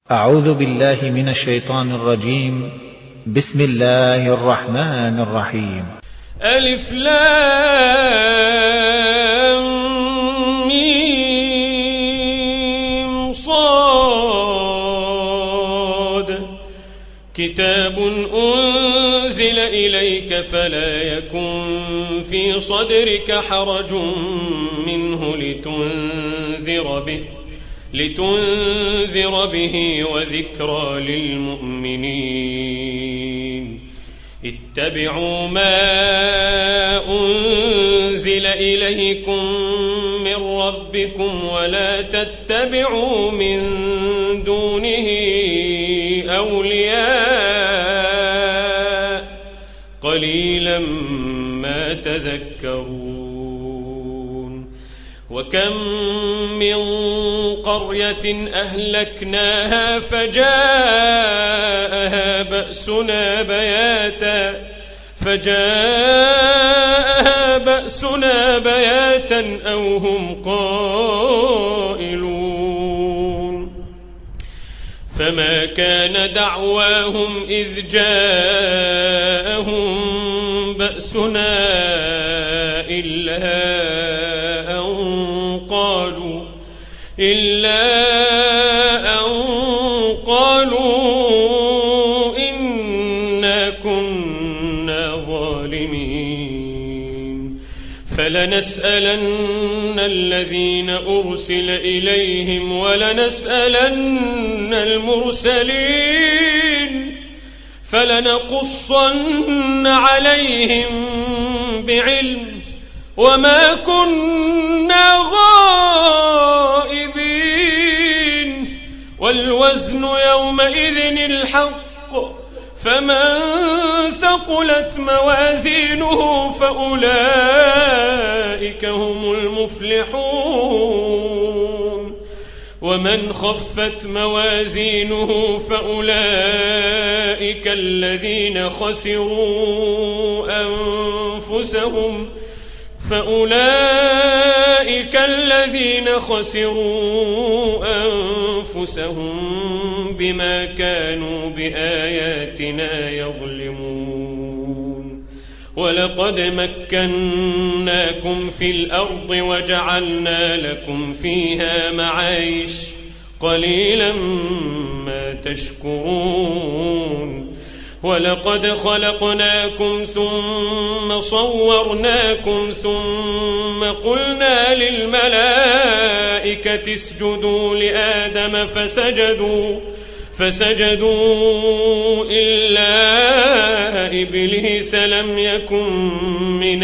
أعوذ بالله من الشيطان الرجيم. بسم الله الرحمن الرحيم. ألف لام ميم صاد كتاب أنزل إليك فلا يكن في صدرك حرج منه لتنذر به وذكرى للمؤمنين. اتبعوا ما أنزل إليكم من ربكم ولا تتبعوا من دونه أولياء قليلا ما تذكرون. وكم من قرية أهلكناها فجاءها بأسنا بياتا أو هم قائلون. فما كان دعواهم إذ جاءهم بأسنا إلا أن قالوا إنا كنا ظالمين. فلنسألن الذين أرسل إليهم ولنسألن المرسلين فلنقصن عليهم بعلم وما كنا غائبين. والوزن يومئذ الحق فمن ثقلت موازينه فأولئك هم المفلحون. ومن خفت موازينه فأولئك الذين خسروا أنفسهم بما كانوا بآياتنا يظلمون. ولقد مكناكم في الأرض وجعلنا لكم فيها معايش قليلا ما تشكرون. ولقد خلقناكم ثم صورناكم ثم قلنا للملائكة اسجدوا لآدم فسجدوا إلا إبليس لم يكن من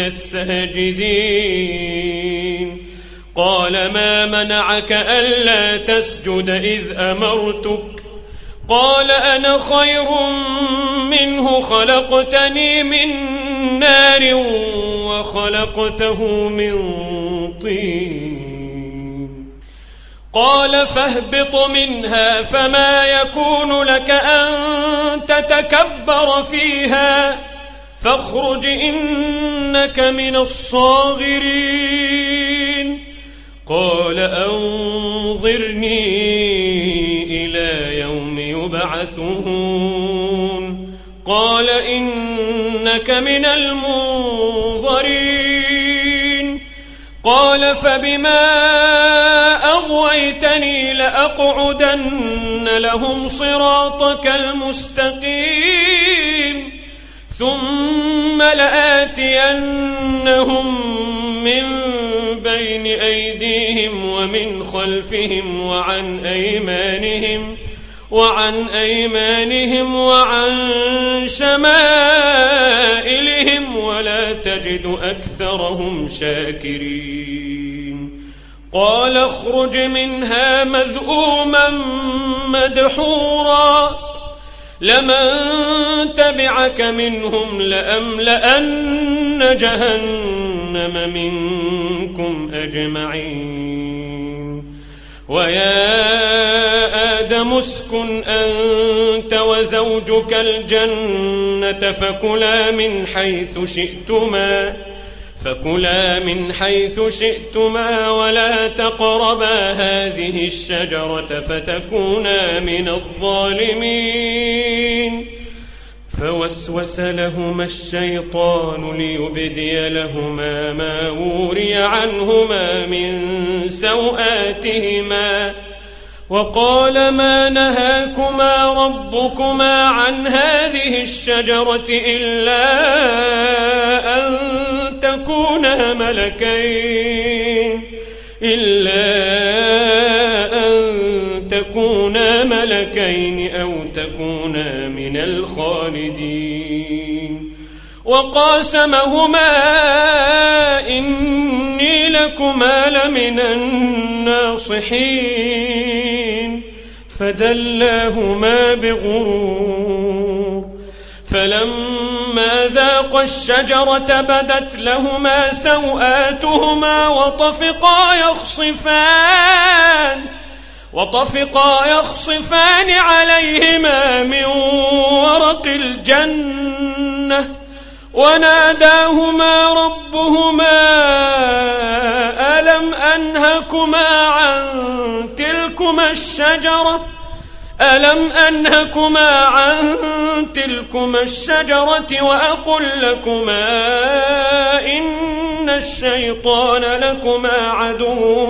الساجدين. قال ما منعك ألا تسجد إذ أمرتك؟ قال أنا خير منه خلقتني من نار وخلقته من طين. قال فاهبط منها فما يكون لك أن تتكبر فيها فاخرج إنك من الصاغرين. قال أنظرني إلى يوم يبعثون. قال إنك من المنظرين. قال فبما أغويتني لأقعدن لهم صراطك المستقيم ثم لآتينهم من بين أيديهم ومن خلفهم وعن أيمانهم وعن شمائلهم ولا تجد أكثرهم شاكرين. قال اخرج منها مذءوما مدحورا لمن تبعك منهم لأملأن جهنم منكم أجمعين. ويا آدم اسكن أنت وزوجك الجنة فكلا من حيث شئتما ولا تقربا هذه الشجرة فتكونا من الظالمين. فوسوس لهما الشيطان ليبدي لهما ما وري عنهما من سوآتهما وقال ما نهاكما ربكما عن هذه الشجرة إلا أن تكونا ملكين أو تكونا من الخالدين. وقاسمهما إني لكما لمن الناصحين فدلاهما بغرور. فلما ذاقا الشجرة بدت لهما سوآتهما وطفقا يخصفان عليهما من ورق الجنة وناداهما ربهما ألم أنهكما عن تلكما الشجرة وأقل لكما إن الشيطان لكما عدو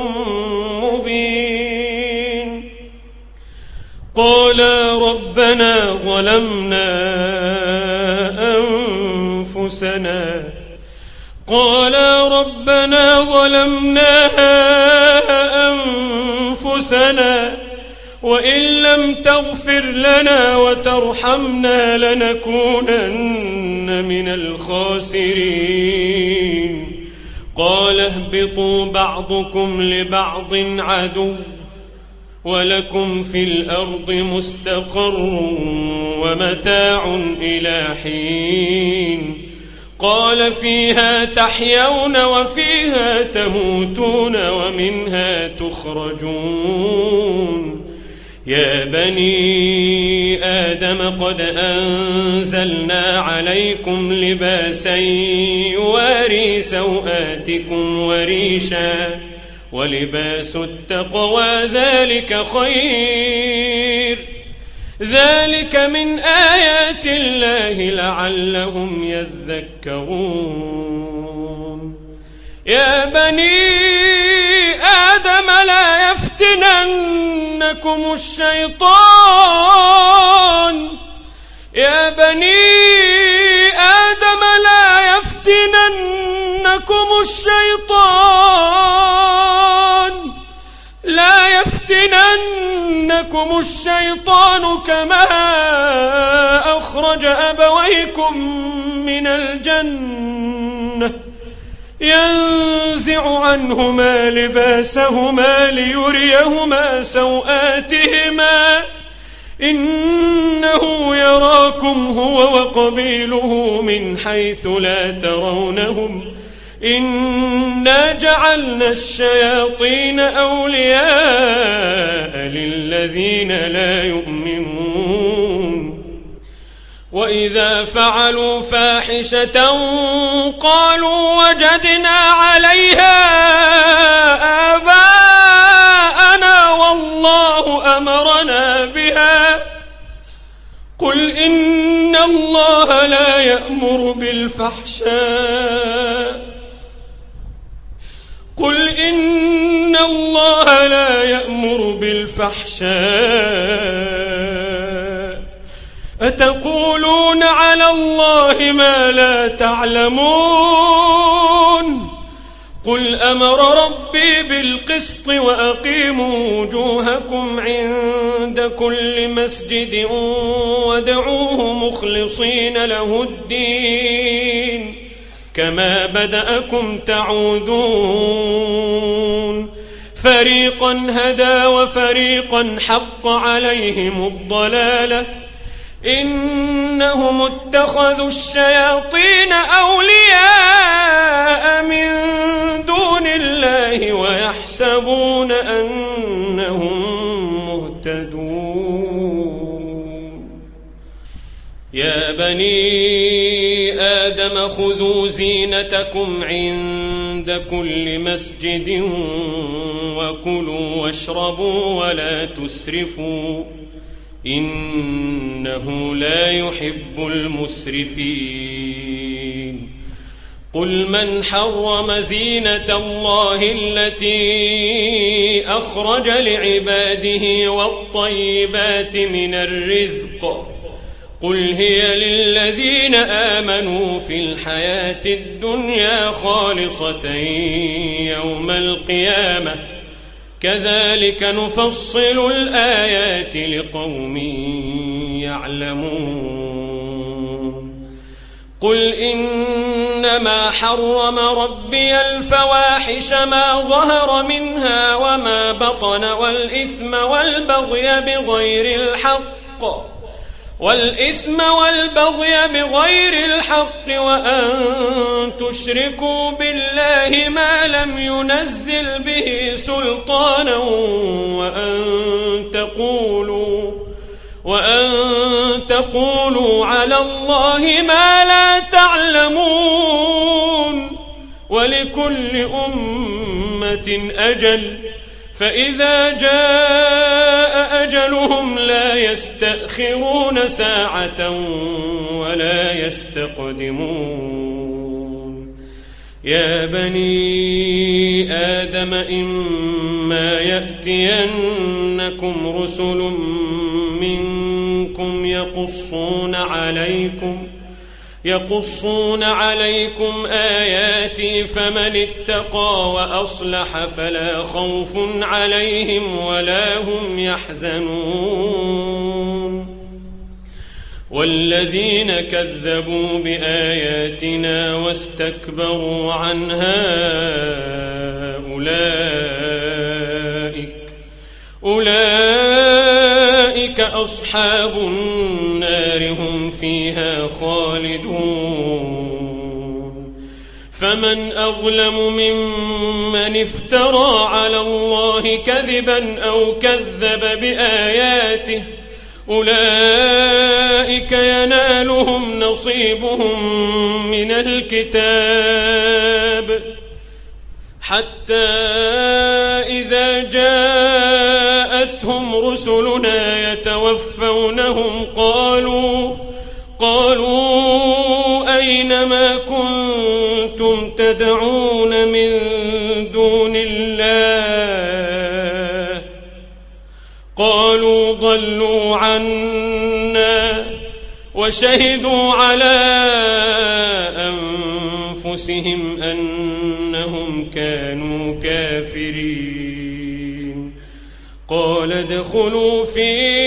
مبين. قالا ربنا ظلمنا أنفسنا وإن لم تغفر لنا وترحمنا لنكونن من الخاسرين. قال اهبطوا بعضكم لبعض عدو ولكم في الأرض مستقر ومتاع إلى حين. قال فيها تحيون وفيها تموتون ومنها تخرجون. يا بني آدم قد أنزلنا عليكم لباسا يواري سوآتكم وريشا ولباس التقوى ذلك خير. ذلك من آيات الله لعلهم يذكرون. يا بني آدم لا يفتننكم الشيطان كما أخرج أبويكم من الجنة ينزع عنهما لباسهما ليريهما سوآتهما إنه يراكم هو وقبيله من حيث لا ترونهم إنا جعلنا الشياطين أولياء للذين لا يؤمنون. وإذا فعلوا فاحشة قالوا وجدنا عليها آباءنا والله أمرنا بها. قل إن الله لا يأمر بالفحشاء أتقولون على الله ما لا تعلمون. قل أمر ربي بالقسط وأقيموا وجوهكم عند كل مسجد وادعوه مخلصين له الدين كما بدأكم تعودون. فريقا هدى وفريقا حق عليهم الضلالة إنهم اتخذوا الشياطين أولياء من دون الله ويحسبون أنهم مهتدون. يا بني آدم خذوا زينتكم عند كل مسجد وكلوا واشربوا ولا تسرفوا إنه لا يحب المسرفين قل من حرم زينة الله التي أخرج لعباده والطيبات من الرزق قل هي للذين آمنوا في الحياة الدنيا خالصة يوم القيامة كذلك نفصل الآيات لقوم يعلمون قل إنما حرم ربي الفواحش ما ظهر منها وما بطن والإثم والبغي بغير الحق وأن تشركوا بالله ما لم ينزل به سلطانا وأن تقولوا على الله ما لا تعلمون ولكل أمة أجل فإذا جاء أجلهم لا يستأخرون ساعة ولا يستقدمون يا بني آدم إما يأتينكم رسل منكم يقصون عليكم آياتي فمن اتقى وأصلح فلا خوف عليهم ولا هم يحزنون والذين كذبوا بآياتنا واستكبروا عنها أولئك أصحاب النار هم فيها خالدون فمن أظلم ممن افترى على الله كذبا أو كذب بآياته أولئك ينالهم نصيبهم من الكتاب حتى إذا جاءتهم رسلنا يتوفونهم قالوا أين ما كنتم تدعون من دون الله قالوا ضلوا عنا وشهدوا على أنفسهم أنهم كانوا كافرين قال ادخلوا في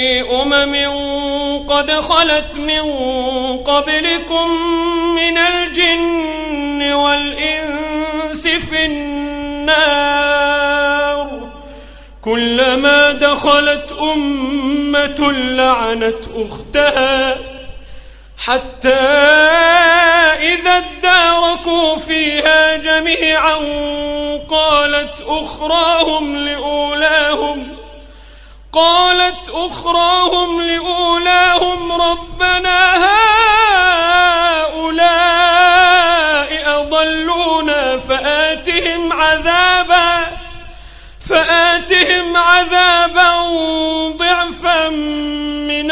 قد خلت من قبلكم من الجن والإنس في النار كلما دخلت أمة لعنت أختها حتى إذا اداركوا فيها جميعا قالت أخراهم لأولاهم ربنا هؤلاء أضلونا فآتهم عذابا ضعفا من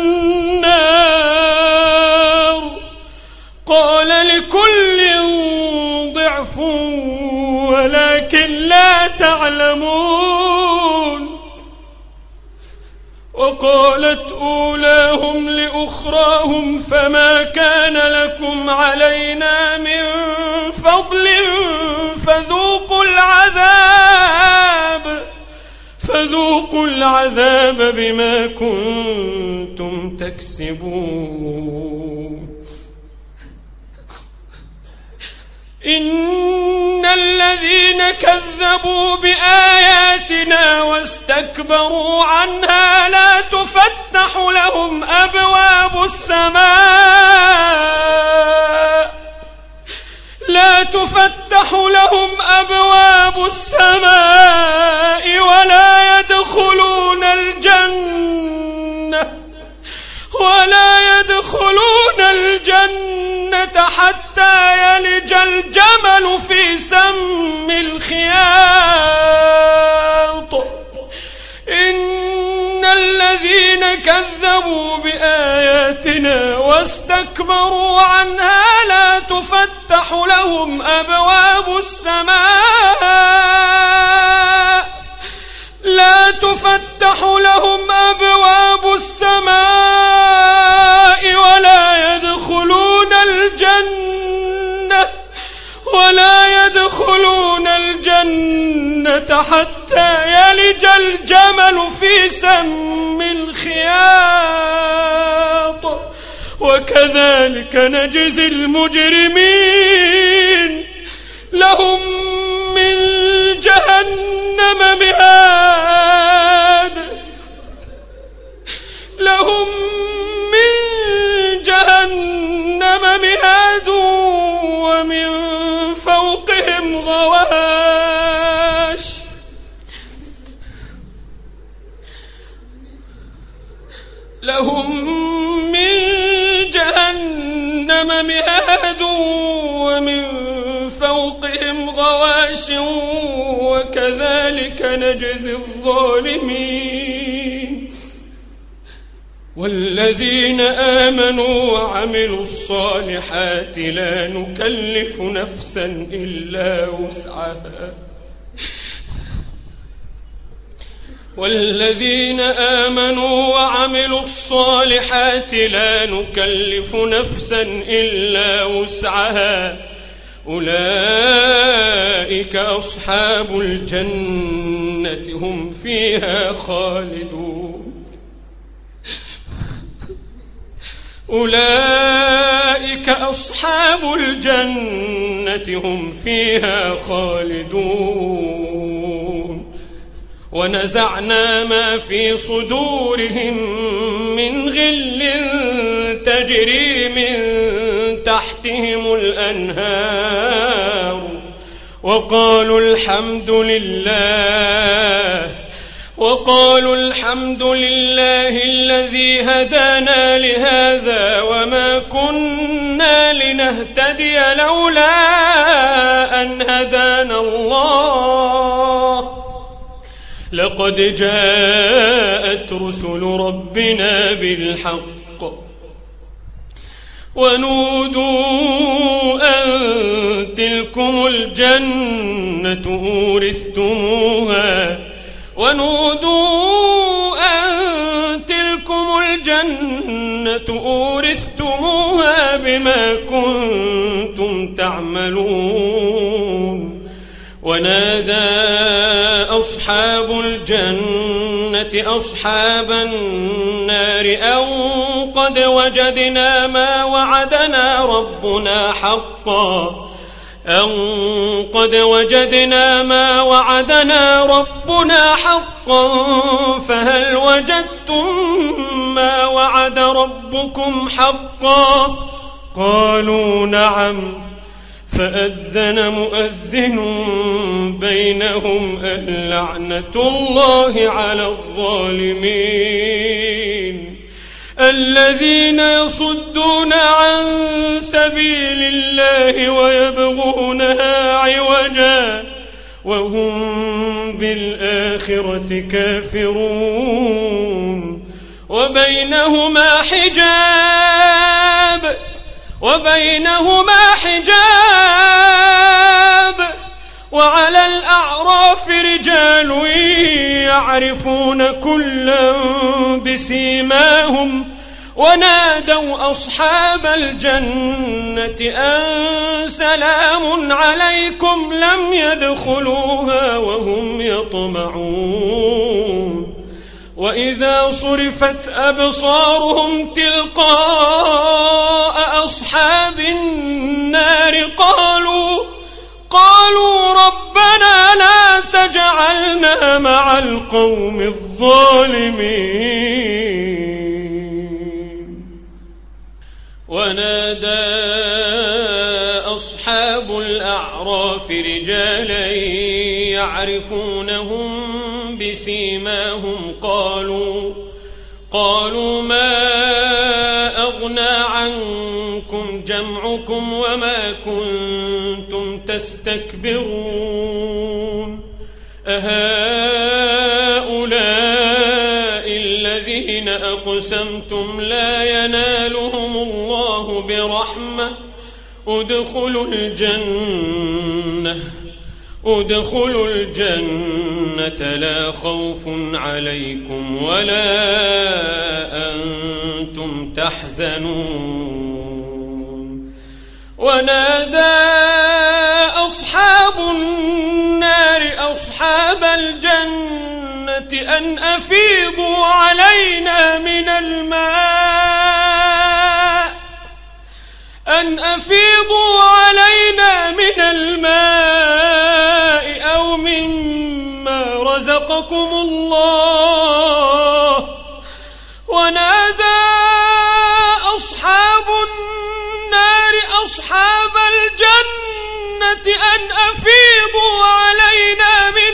النار قال لكل ضعف ولكن لا تعلمون وقالت أولاهم لأخراهم فما كان لكم علينا من فضل فذوقوا العذاب بما كنتم تكسبون إن الذين كذبوا بآياتنا واستكبروا عنها لا تفتح لهم أبواب السماء ولا يدخلون الجنة حتى يلج الجمل في سم الخياط إن الذين كذبوا بآياتنا واستكبروا عنها لا تفتح لهم أبواب السماء ولا يدخلون الجنة حتى يلج الجمل في سم الخياط وكذلك نجزي المجرمين لهم من جهنم مهاد ومن فوقهم غواش وكذلك نجزي الظالمين والذين آمنوا وعملوا الصالحات لا نكلف نفسا إلا وسعها أولئك أصحاب الجنة هم فيها خالدون ونزعنا ما في صدورهم من غل تجري من تحتهم الأنهار وقالوا الحمد لله الذي هدانا لهذا وما كنا لنهتدي لولا أن هدانا الله لقد جاءت رسل ربنا بالحق ونودوا أن تلكم الجنة أورثتموها بما كنتم تعملون ونادى أصحاب الجنة أصحاب النار أن قد وجدنا ما وعدنا ربنا حقا فهل وجدتم ما وعد ربكم حقا قالوا نعم فأذن مؤذن بينهم اللعنة الله على الظالمين الذين يصدون عن سبيل الله ويبغونها عوجا وهم بالآخرة كافرون وبينهما حجاب وعلى الأعراف رجال يعرفون كلا بسيماهم ونادوا أصحاب الجنة أن سلام عليكم لم يدخلوها وهم يطمعون وإذا صرفت أبصارهم تلقاء أصحاب النار قالوا ربنا لا تجعلنا مع القوم الظالمين ونادى أصحاب الأعراف رجالا يعرفونهم بسيماهم قالوا ما أغنى عنكم جمعكم وما كنتم تستكبرون أهؤلاء الذين أقسمتم لا ينالهم الله برحمة ادخلوا الجنة لا خوف عليكم ولا أنتم تحزنون ونادى أصحاب النار أصحاب الجنة أن أفيضوا علينا من الماء أو مما رزقكم الله ونادى أصحاب النار أصحاب الجنة أن أفيضوا علينا من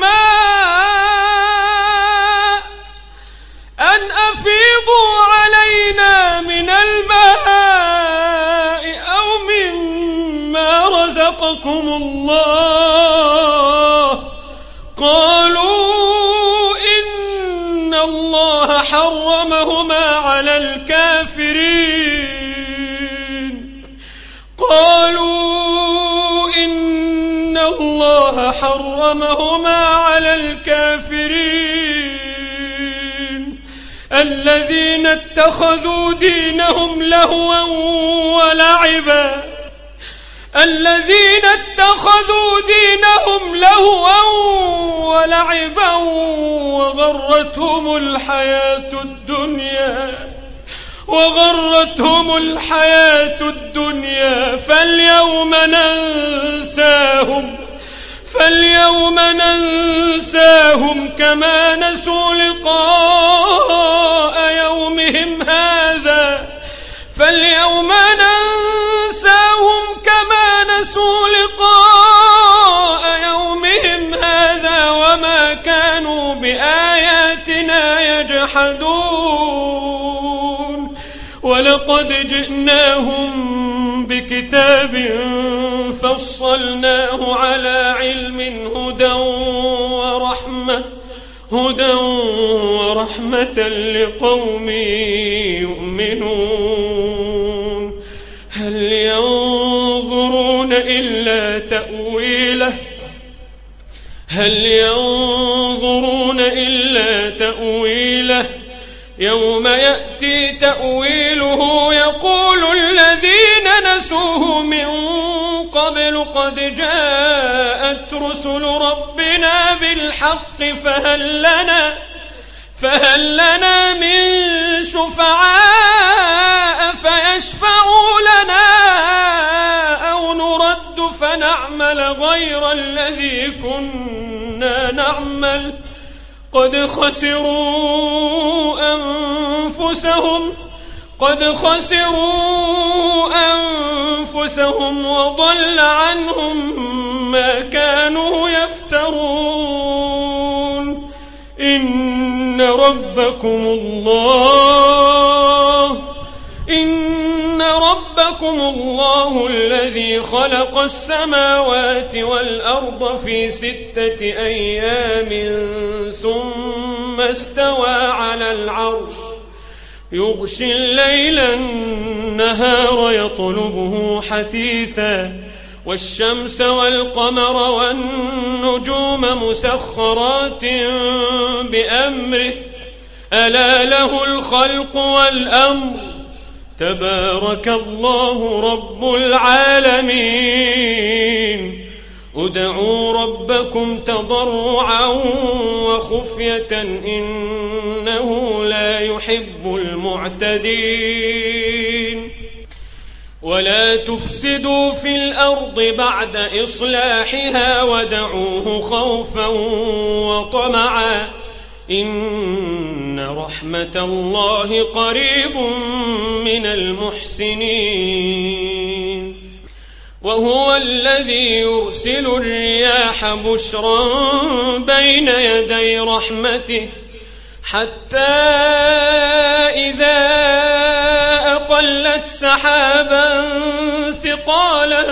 الماء أو مما رزقكم الله قالوا إن الله حرمهما على الكافرين الذين اتخذوا دينهم لهوا ولعبا وغرتهم الحياة الدنيا فاليوم ننساهم كما نسوا لقاء يومهم هذا وما كانوا بآياتنا يجحدون ولقد جئناهم بكتاب فصلناه على علم هدى ورحمة لقوم يؤمنون هل ينظرون إلا تأويله يوم يأتي تأويله يقول الذين نسوه من قبل قد جاءت رسل ربنا بالحق فهل لنا من شفعاء فيشفعوا لنا أو نرد فنعمل غير الذي كنا نعمل قد خسروا أنفسهم وضل عنهم ما كانوا يفترون إن ربكم الله الذي خلق السماوات والأرض في 6 أيام ثم استوى على العرش يغشي الليل النهار يطلبه حثيثا والشمس والقمر والنجوم مسخرات بأمره ألا له الخلق والأمر تبارك الله رب العالمين ادعوا ربكم تضرعا وخفية إنه لا يحب المعتدين ولا تفسدوا في الأرض بعد إصلاحها ودعوه خوفا وطمعا إن رحمة الله قريب من المحسنين وهو الذي يرسل الرياح بشرا بين يدي رحمته حتى إذا أقلت سحابا مثقالا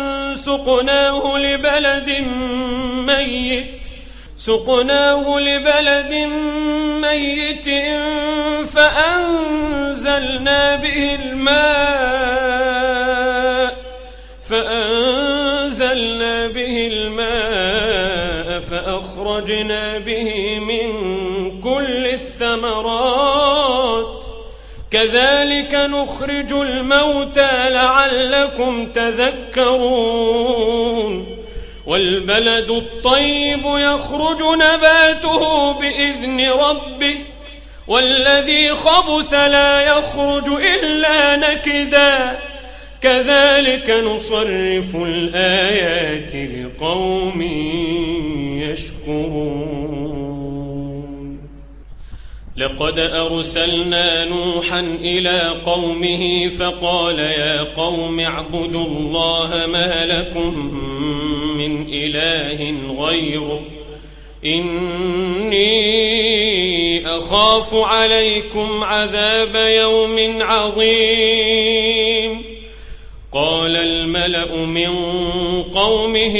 سقناه لبلد ميت فأنزلنا به الماء فأخرجنا به من كل الثمرات كذلك نخرج الموتى لعلكم تذكرون والبلد الطيب يخرج نباته بإذن ربه والذي خبث لا يخرج إلا نكدا كذلك نصرف الآيات لقوم يشكرون لقد أرسلنا نوحا إلى قومه فقال يا قوم اعبدوا الله ما لكم من إله غيره إني أخاف عليكم عذاب يوم عظيم قال الملأ من قومه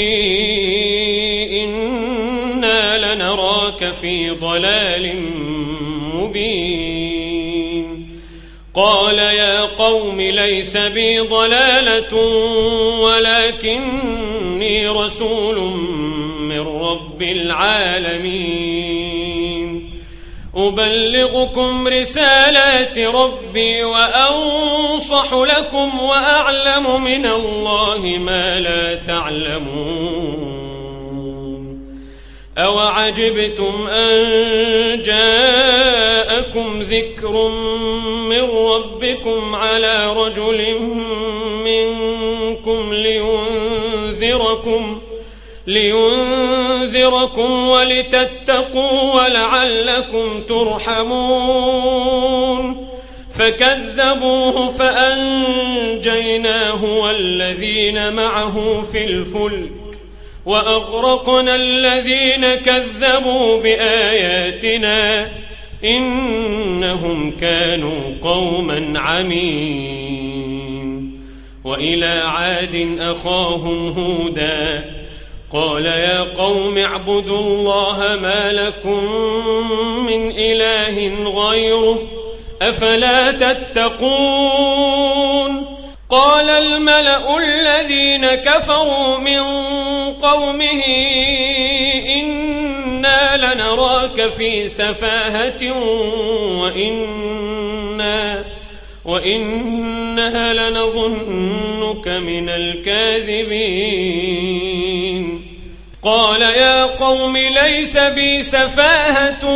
إنا لنراك في ضلال مبين قال يا قوم ليس بي ضلالة ولكني رسول من رب العالمين أبلغكم رسالات ربي وأنصح لكم وأعلم من الله ما لا تعلمون أوعجبتم أن جاءكم ذكر من ربكم على رجل منكم لينذركم ولتتقوا ولعلكم ترحمون فكذبوه فأنجيناه والذين معه في الفلك وأغرقنا الذين كذبوا بآياتنا إنهم كانوا قوما عمين وإلى عاد أخاهم هودا قال يا قوم اعبدوا الله ما لكم من إله غيره أفلا تتقون قال الملأ الذين كفروا من قومه إنا لنراك في سفاهة وإنا لنظنك من الكاذبين قال يا قوم ليس بي سفاهة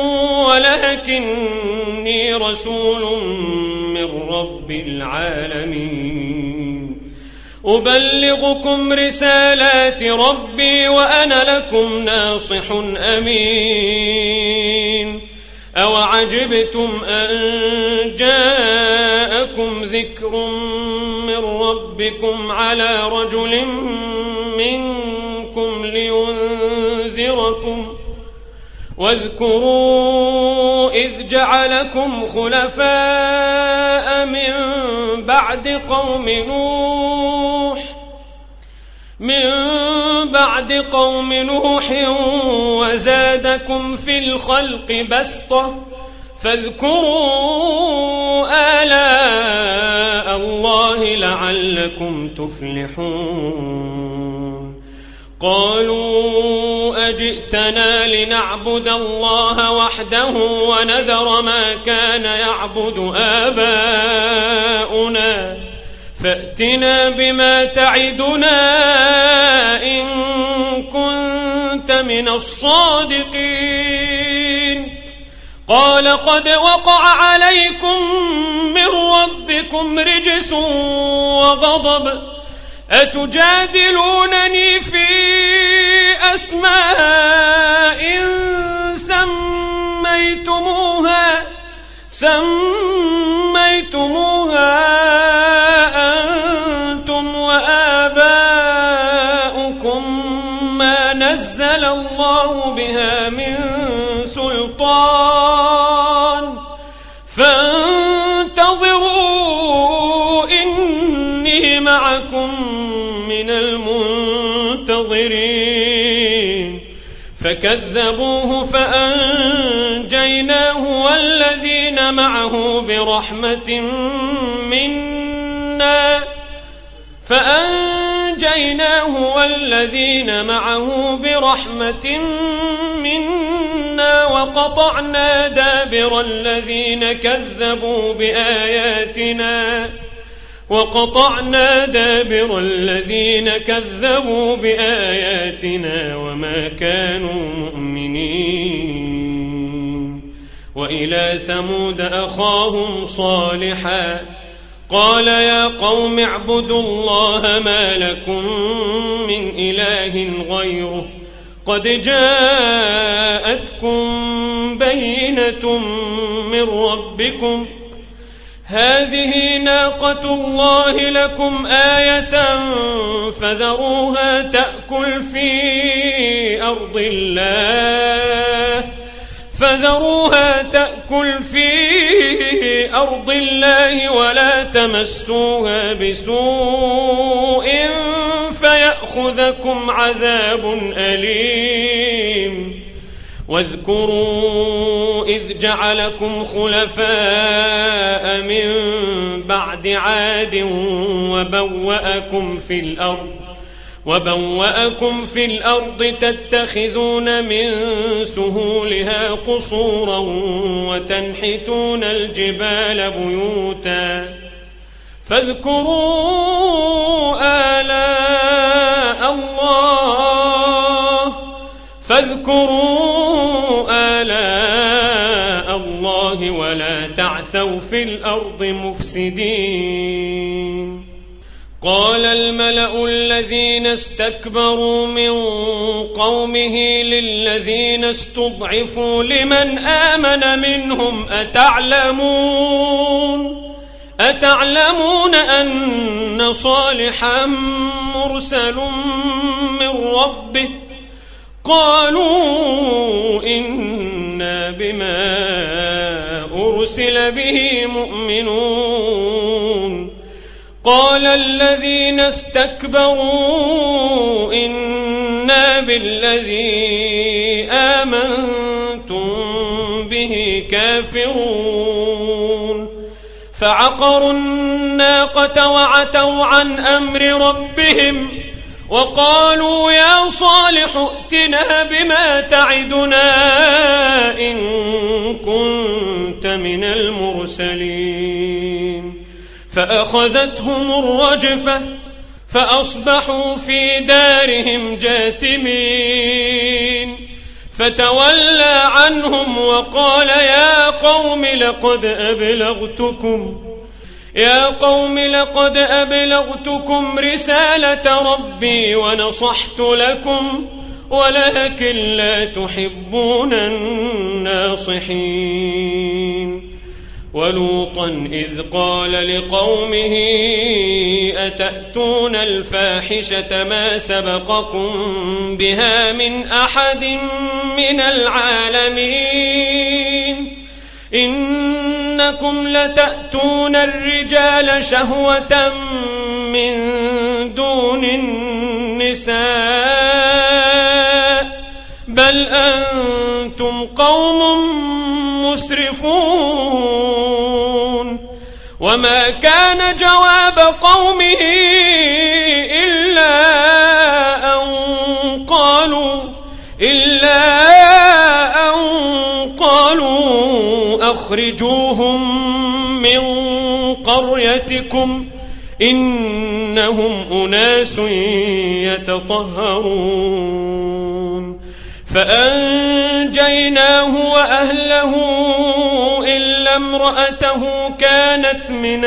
ولكني رسول من رب العالمين أبلغكم رسالات ربي وأنا لكم ناصح أمين أوعجبتم أن جاءكم ذكر من ربكم على رجل منكم لينذركم واذكروا إذ جعلكم خلفاء من بعد قوم نوح وزادكم في الخلق بسطة فاذكروا آلاء الله لعلكم تفلحون قالوا أجئتنا لنعبد الله وحده ونذر ما كان يعبد آباؤنا فأتنا بما تعدنا إن كنت من الصادقين قال قد وقع عليكم من ربكم رجس وغضب أتجادلونني في أسماء سميتموها أنتم وآباؤكم ما نزل الله بها من سلطان فانتظروا إني معكم من المنتظرين فكذبوه فأنجيناه والذين معه برحمة منا وقطعنا دابر الذين كذبوا بآياتنا وما كانوا مؤمنين. وإلى ثمود أخاهم صالحا قال يا قوم اعبدوا الله ما لكم من إله غيره قد جاءتكم بينة من ربكم هذه ناقة الله لكم آية فذروها تأكل في أرض الله ولا تمسوها بسوء فيأخذكم عذاب أليم. واذكروا إذ جعلكم خلفاء من بعد عاد وبوأكم في الأرض تتخذون من سهولها قصورا وتنحتون الجبال بيوتا فاذكروا آلاء الله ولا تعثوا في الأرض مفسدين. قال الملأ الذين استكبروا من قومه للذين استضعفوا لمن آمن منهم أتعلمون أن صالحا مرسل من ربه قالوا إنا بما أرسل به مؤمنون. قال الذين استكبروا إنا بالذي آمنتم به كافرون فعقروا الناقة وعتوا عن أمر ربهم وقالوا يا صالح ائتنا بما تعدنا إن كنت من المرسلين فأخذتهم الرجفة فأصبحوا في دارهم جاثمين فتولى عنهم وقال يا قوم لقد أبلغتكم رسالة ربي ونصحت لكم ولكن لا تحبون الناصحين. ولوطا إذ قال لقومه أتأتون الفاحشة ما سبقكم بها من أحد من العالمين إنكم لتأتون الرجال شهوة من دون النساء بل أنتم قوم مسرفون. وما كان جواب قومه إلا أن قالوا أخرجوهم من قريتكم إنهم أناس يتطهرون. فأنجيناه وأهله إلا امرأته كانت من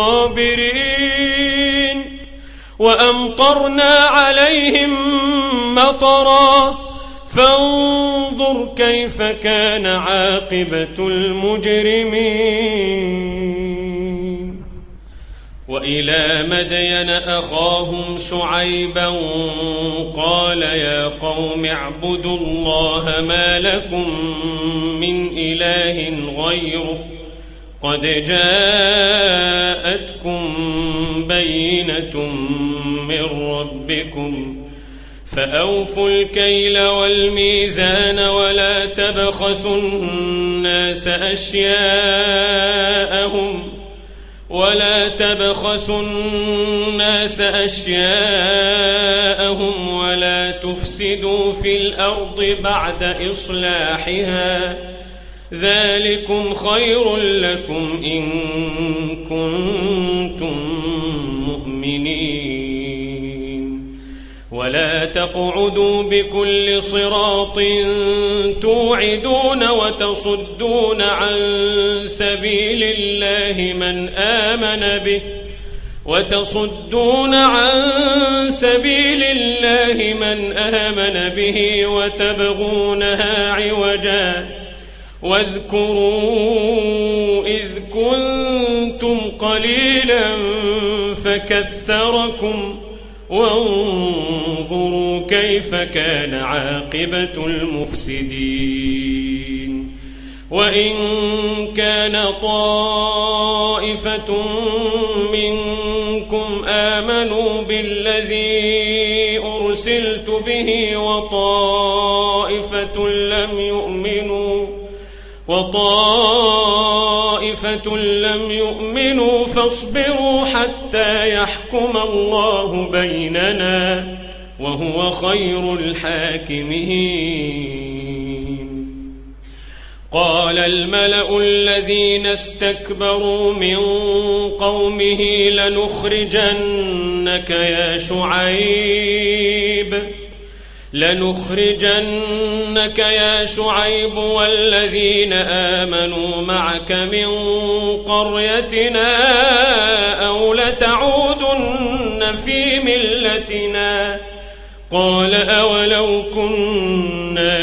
الغابرين وأمطرنا عليهم مطرا فانظر كيف كان عاقبة المجرمين. وإلى مدين أخاهم شعيبا قال يا قوم اعبدوا الله ما لكم من إله غيره قد جاءتكم بينة من ربكم فأوفوا الكيل والميزان ولا تبخسوا الناس أشياءهم ولا تفسدوا في الأرض بعد إصلاحها ذلكم خير لكم إن كنتم مؤمنين ولا تقعدوا بكل صراط توعدون وتصدون عن سبيل الله من آمن به وتبغونها عوجا واذكروا إذ كنتم قليلا فكثركم وانظروا كيف كان عاقبة المفسدين وإن كان طائفة منكم آمنوا بالذي أرسلت به وطائفة لم يؤمنوا فاصبروا حتى يحكم الله بيننا وهو خير الحاكمين. قال الملأ الذين استكبروا من قومه لنخرجنك يا شعيب والذين آمنوا معك من قريتنا أو لتعودن في ملتنا قال أولو كنا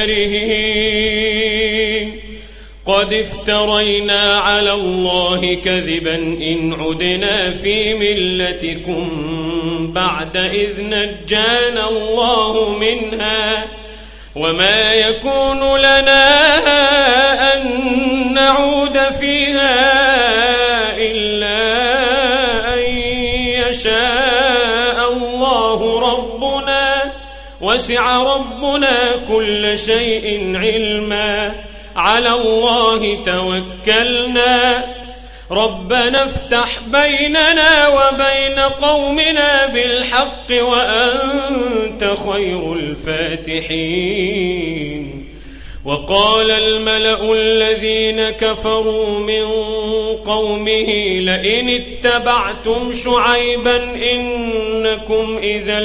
كارهين قد افترينا على الله كذبا إن عدنا في ملتكم بعد إذ نجانا الله منها وما يكون لنا أن نعود فيها إلا أن يشاء الله ربنا وسع ربنا كل شيء علما على الله توكلنا ربنا افتح بيننا وبين قومنا بالحق وأنت خير الفاتحين. وقال الملأ الذين كفروا من قومه لئن اتبعتم شعيبا إنكم إذا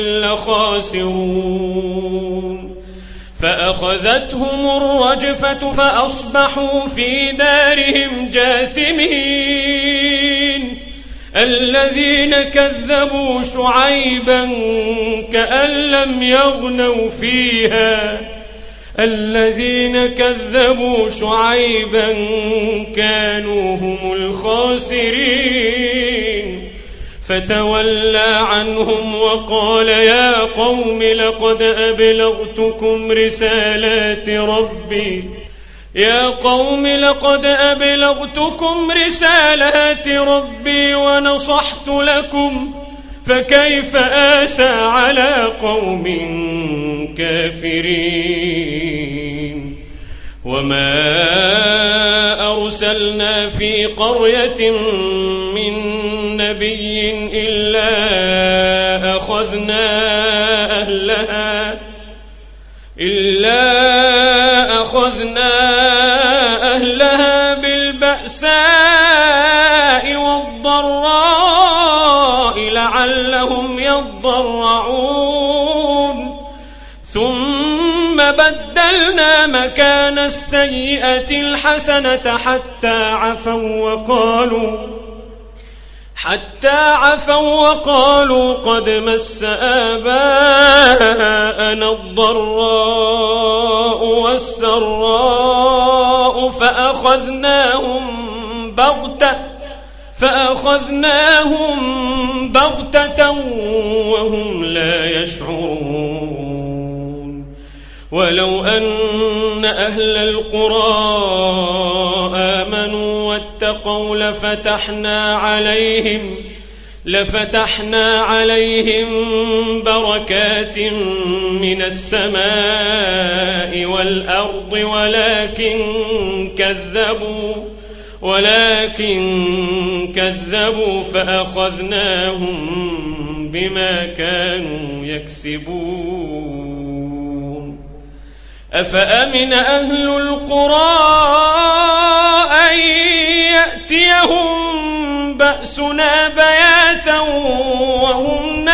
لخاسرون فأخذتهم الرجفة فأصبحوا في دارهم جاثمين. الذين كذبوا شعيبا كأن لم يغنوا فيها الذين كذبوا شعيبا كانوا هم الخاسرين فتولى عنهم وقال يا قوم لقد أبلغتكم رسالات ربي ونصحت لكم فكيف آسى على قوم كافرين. وما أرسلنا في قرية من نبي إلا أخذنا أهلها بالبأساء والضراء لعلهم يضرعون ثم بدلنا مكان السيئة الحسنة حتى عفوا وقالوا قد مس آباءنا الضراء والسراء فأخذناهم بغتة وهم لا يشعرون. ولو أن أهل القرى لفتحنا عليهم بركات من السماء والأرض ولكن كذبوا فأخذناهم بما كانوا يكسبون. أفأمن أهل القرى أن يأتيهم بأسنا بياتا وهم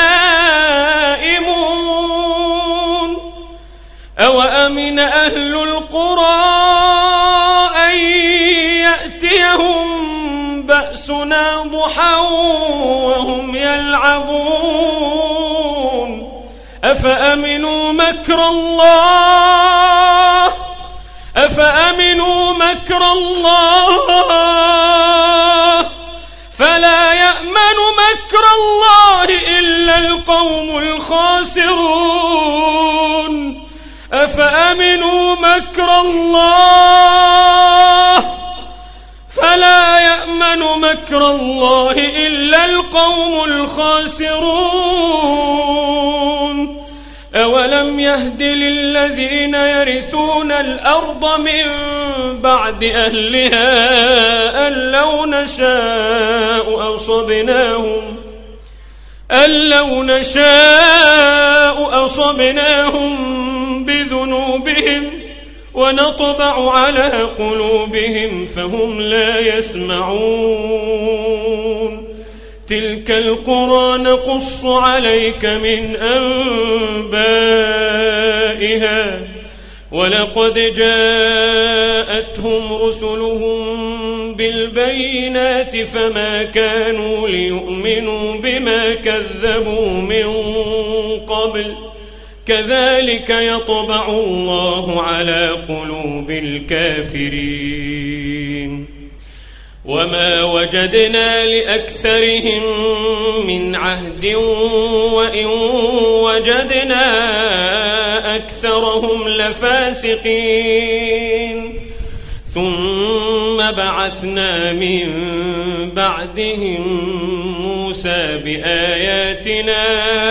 نائمون. أوأمن أهل القرى أن يأتيهم بأسنا ضحى وهم يلعبون. أفأمنوا مكر الله فلا يأمن مكر الله إلا القوم الخاسرون. أفأمنوا مكر الله فلا يأمن مكر الله إلا القوم الخاسرون. أولم يهد للذين يرثون الأرض من بعد أهلها أن لو نشاء أصبناهم بذنوبهم ونطبع على قلوبهم فهم لا يسمعون. تلك القرى نقص عليك من أنبائها ولقد جاءتهم رسلهم بالبينات فما كانوا ليؤمنوا بما كذبوا من قبل كذلك يطبع الله على قلوب الكافرين. وما وجدنا لأكثرهم من عهد وإن وجدنا أكثرهم لفاسقين. ثم بعثنا من بعدهم موسى بآياتنا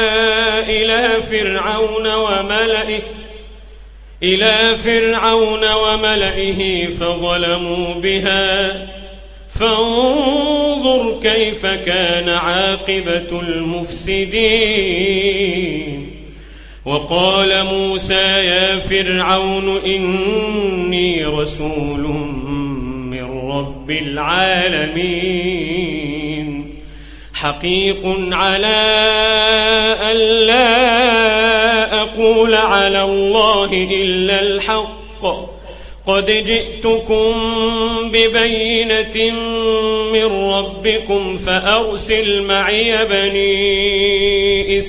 إلى فرعون وملئه فظلموا بها فانظر كيف كان عاقبة المفسدين. وقال موسى يا فرعون إني رسول من رب العالمين حقيق على ألا أقول على الله إلا الحق قد جئتكم ببينة من ربكم فأرسل معي بني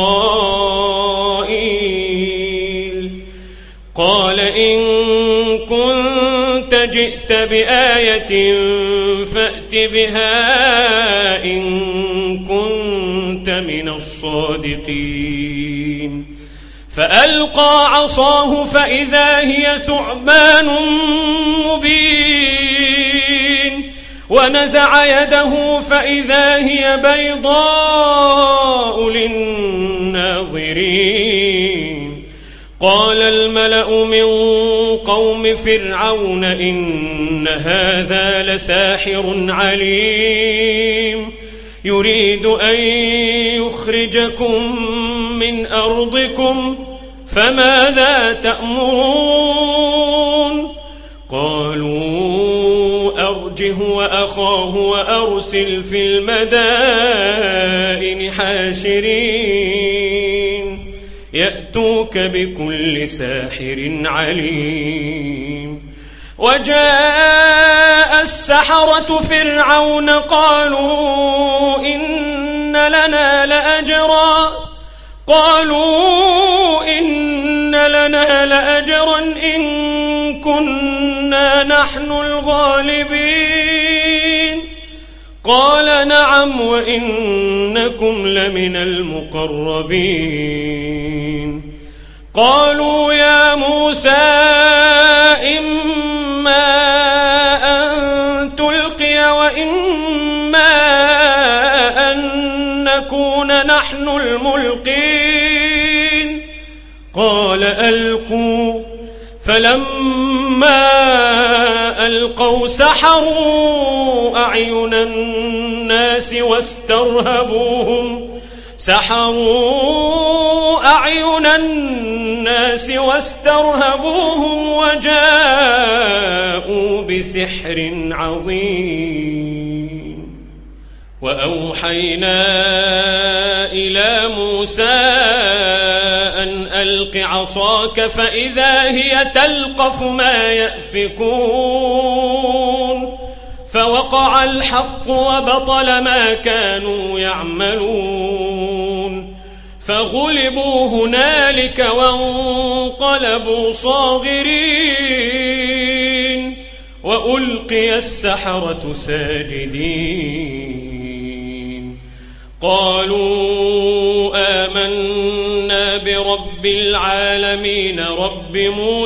إسرائيل. قال إن كنت جئت بآية فأت بها إن كنت من الصادقين. فألقى عصاه فإذا هي ثعبان مبين ونزع يده فإذا هي بيضاء للناظرين. قال الملأ من قوم فرعون إن هذا لساحر عليم يريد أن يخرجكم من أرضكم فماذا تأمرون؟ قالوا أرجه وأخاه وأرسل في المدائن حاشرين يأتوك بكل ساحر عليم. وجاء السحرة فرعون قالوا إن لنا لأجرا إن كنا نحن الغالبين. قال نعم وإنكم لمن المقربين. قالوا يا موسى إما أن تلقي وإما أن نكون نحن الملقين قال ألقوا فلما ألقوا سحروا أعين الناس واسترهبوهم وجاءوا بسحر عظيم وأوحينا إلى موسى أن ألق عصاك فإذا هي تلقف ما يأفكون فوقع الحق وبطل ما كانوا يعملون فغلبوا هنالك وانقلبوا صاغرين وألقي السحرة ساجدين قالوا آمنا برب العالمين رب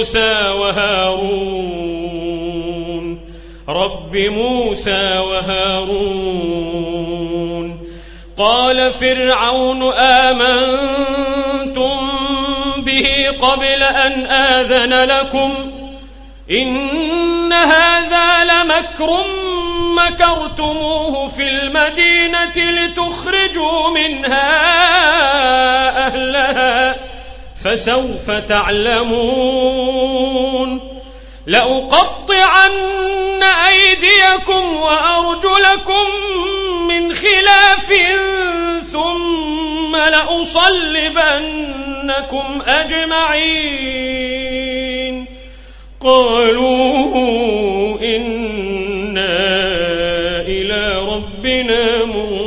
موسى وهارون قال فرعون آمنتم به قبل أن آذن لكم إن هذا لمكر مكرتموه في المدينة لتخرجوا منها أهلها فسوف تعلمون لأقطعن أيديكم وأرجلكم من خلاف ثم لأصلبنكم أجمعين قالوا إنا إلى ربنا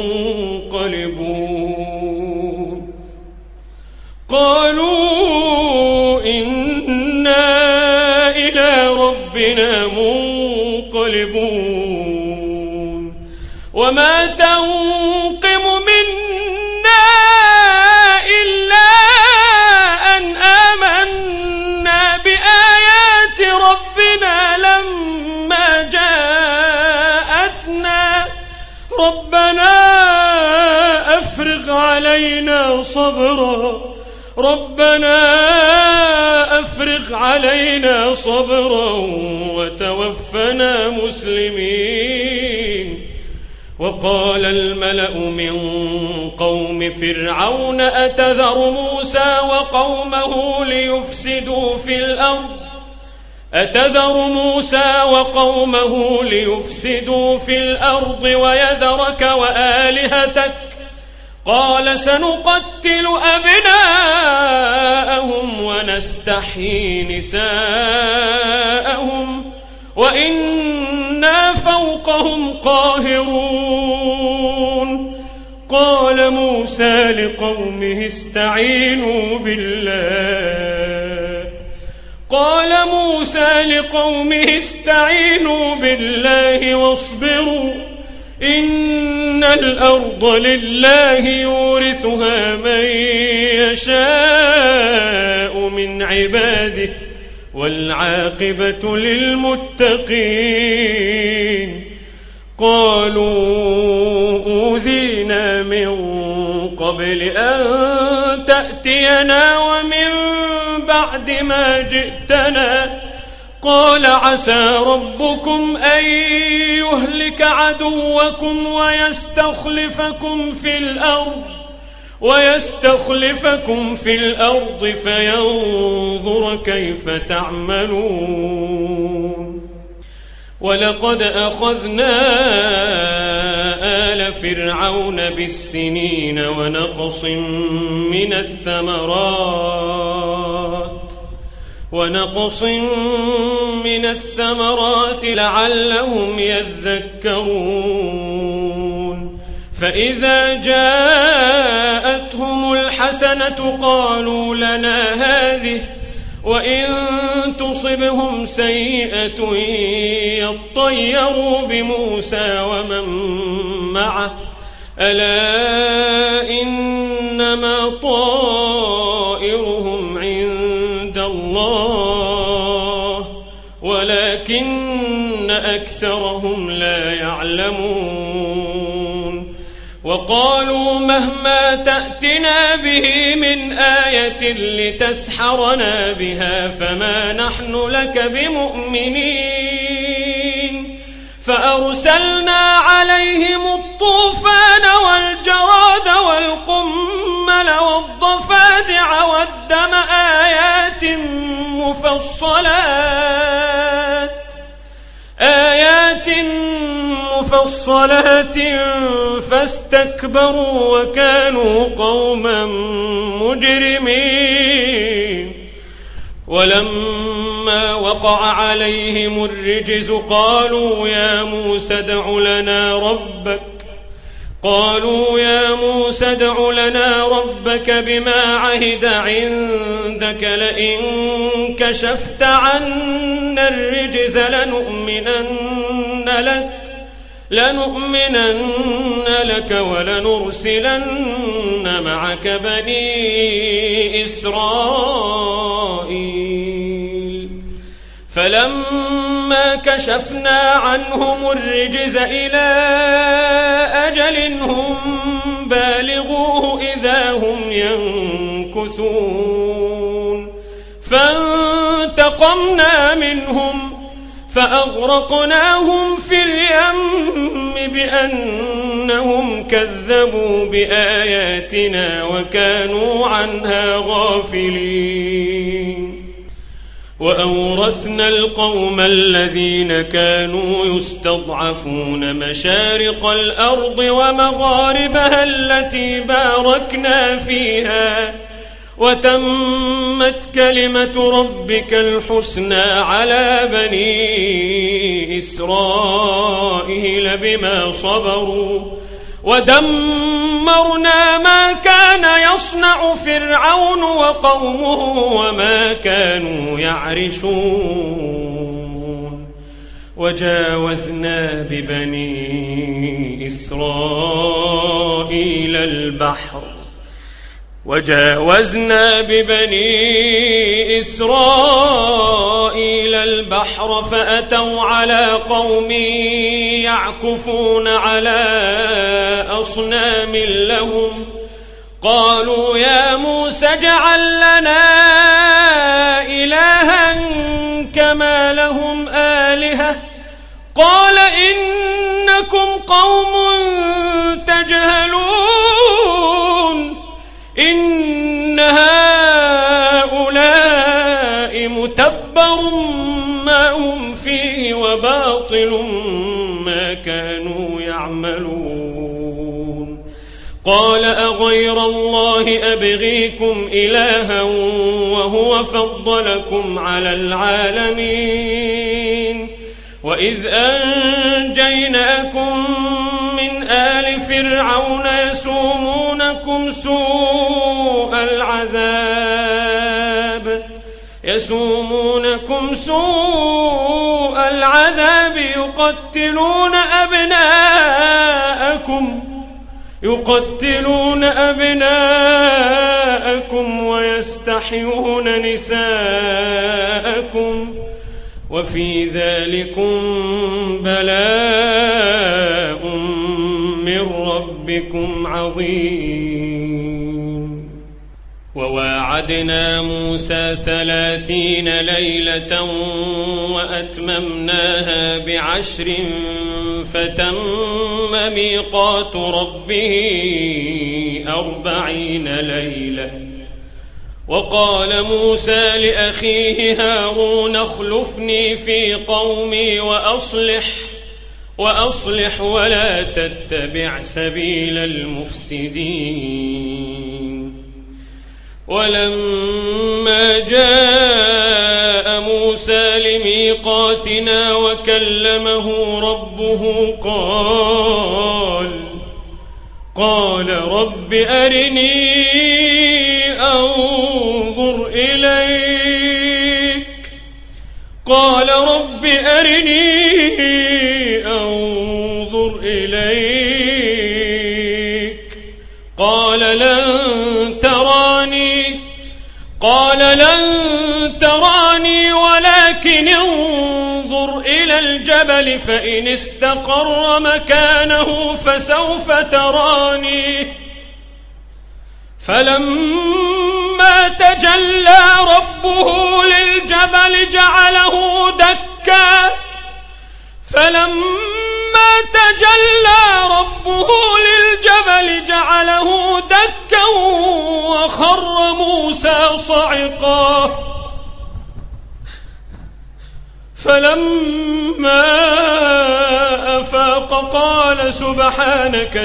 منقلبون وما تنقم منا إلا أن آمنا بآيات ربنا لما جاءتنا ربنا أفرغ علينا صبرا وتوفنا مسلمين وقال الملأ من قوم فرعون أتذر موسى وقومه ليفسدوا في الأرض ويذرك وآلهتك قال سنقتل أبناءهم ونستحيي نساءهم وإنا فوقهم قاهرون قال موسى لقومه استعينوا بالله واصبروا إن الأرض لله يورثها من يشاء من عباده والعاقبة للمتقين قالوا أوذينا من قبل أن تأتينا ومن بعد ما جئتنا قال عسى ربكم أن يهلك عدوكم ويستخلفكم في الأرض فينظر كيف تعملون ولقد أخذنا آل فرعون بالسنين ونقص من الثمرات لعلهم يذكرون فإذا جاءتهم الحسنة قالوا لنا هذه وإن تصبهم سيئة يطيروا بموسى ومن معه ألا إنما طائرهم عند الله ولكن أكثرهم لا يعلمون وقالوا مهما تأتنا به من آية لتسحرنا بها فما نحن لك بمؤمنين فأرسلنا عليهم الطوفان والجراد والقمل والضفادع والدم آيات مفصلات فاستكبروا وكانوا قوما مجرمين ولما وقع عليهم الرجز قالوا يا موسى ادع لنا ربك بما عهد عندك لئن كشفت عنا الرجز لنؤمنن لك ولنرسلن معك بني إسرائيل فلما كشفنا عنهم الرجز إلى أجل هم بالغوه إذا هم ينكثون فانتقمنا منهم فأغرقناهم في اليم بأنهم كذبوا بآياتنا وكانوا عنها غافلين وأورثنا القوم الذين كانوا يستضعفون مشارق الأرض ومغاربها التي باركنا فيها وتمت كلمة ربك الحسنى على بني إسرائيل بما صبروا ودمرنا ما كان يصنع فرعون وقومه وما كانوا يعرشون وجاوزنا ببني إسرائيل البحر فأتوا على قوم يعكفون على أصنام لهم قالوا يا موسى اجعل لنا إلها كما لهم آلهة قال إنكم قوم تجهلون إن هؤلاء متبر ما هم فيه وباطل ما كانوا يعملون قال أغير الله أبغيكم إلها وهو فضلكم على العالمين وإذ أنجيناكم من آل فرعون يسومونكم سوء العذاب يقتلون أبناءكم ويستحيون نساءكم وفي ذلكم بلاء من ربكم عظيم وواعدنا موسى 30 ليلة وأتممناها ب10 فتم ميقات ربه 40 ليلة وقال موسى لأخيه هارون اخلفني في قومي وأصلح ولا تتبع سبيل المفسدين ولما جاء موسى لميقاتنا وكلمه ربه قال رب أرني أنظر إليك قال لن تراني ولكن انظر إلى الجبل الجبل فإن استقر مكانه فسوف تراني فلما تجلى ربه للجبل جعله دكا وخر موسى صعقا فلما أفاق قال سبحانك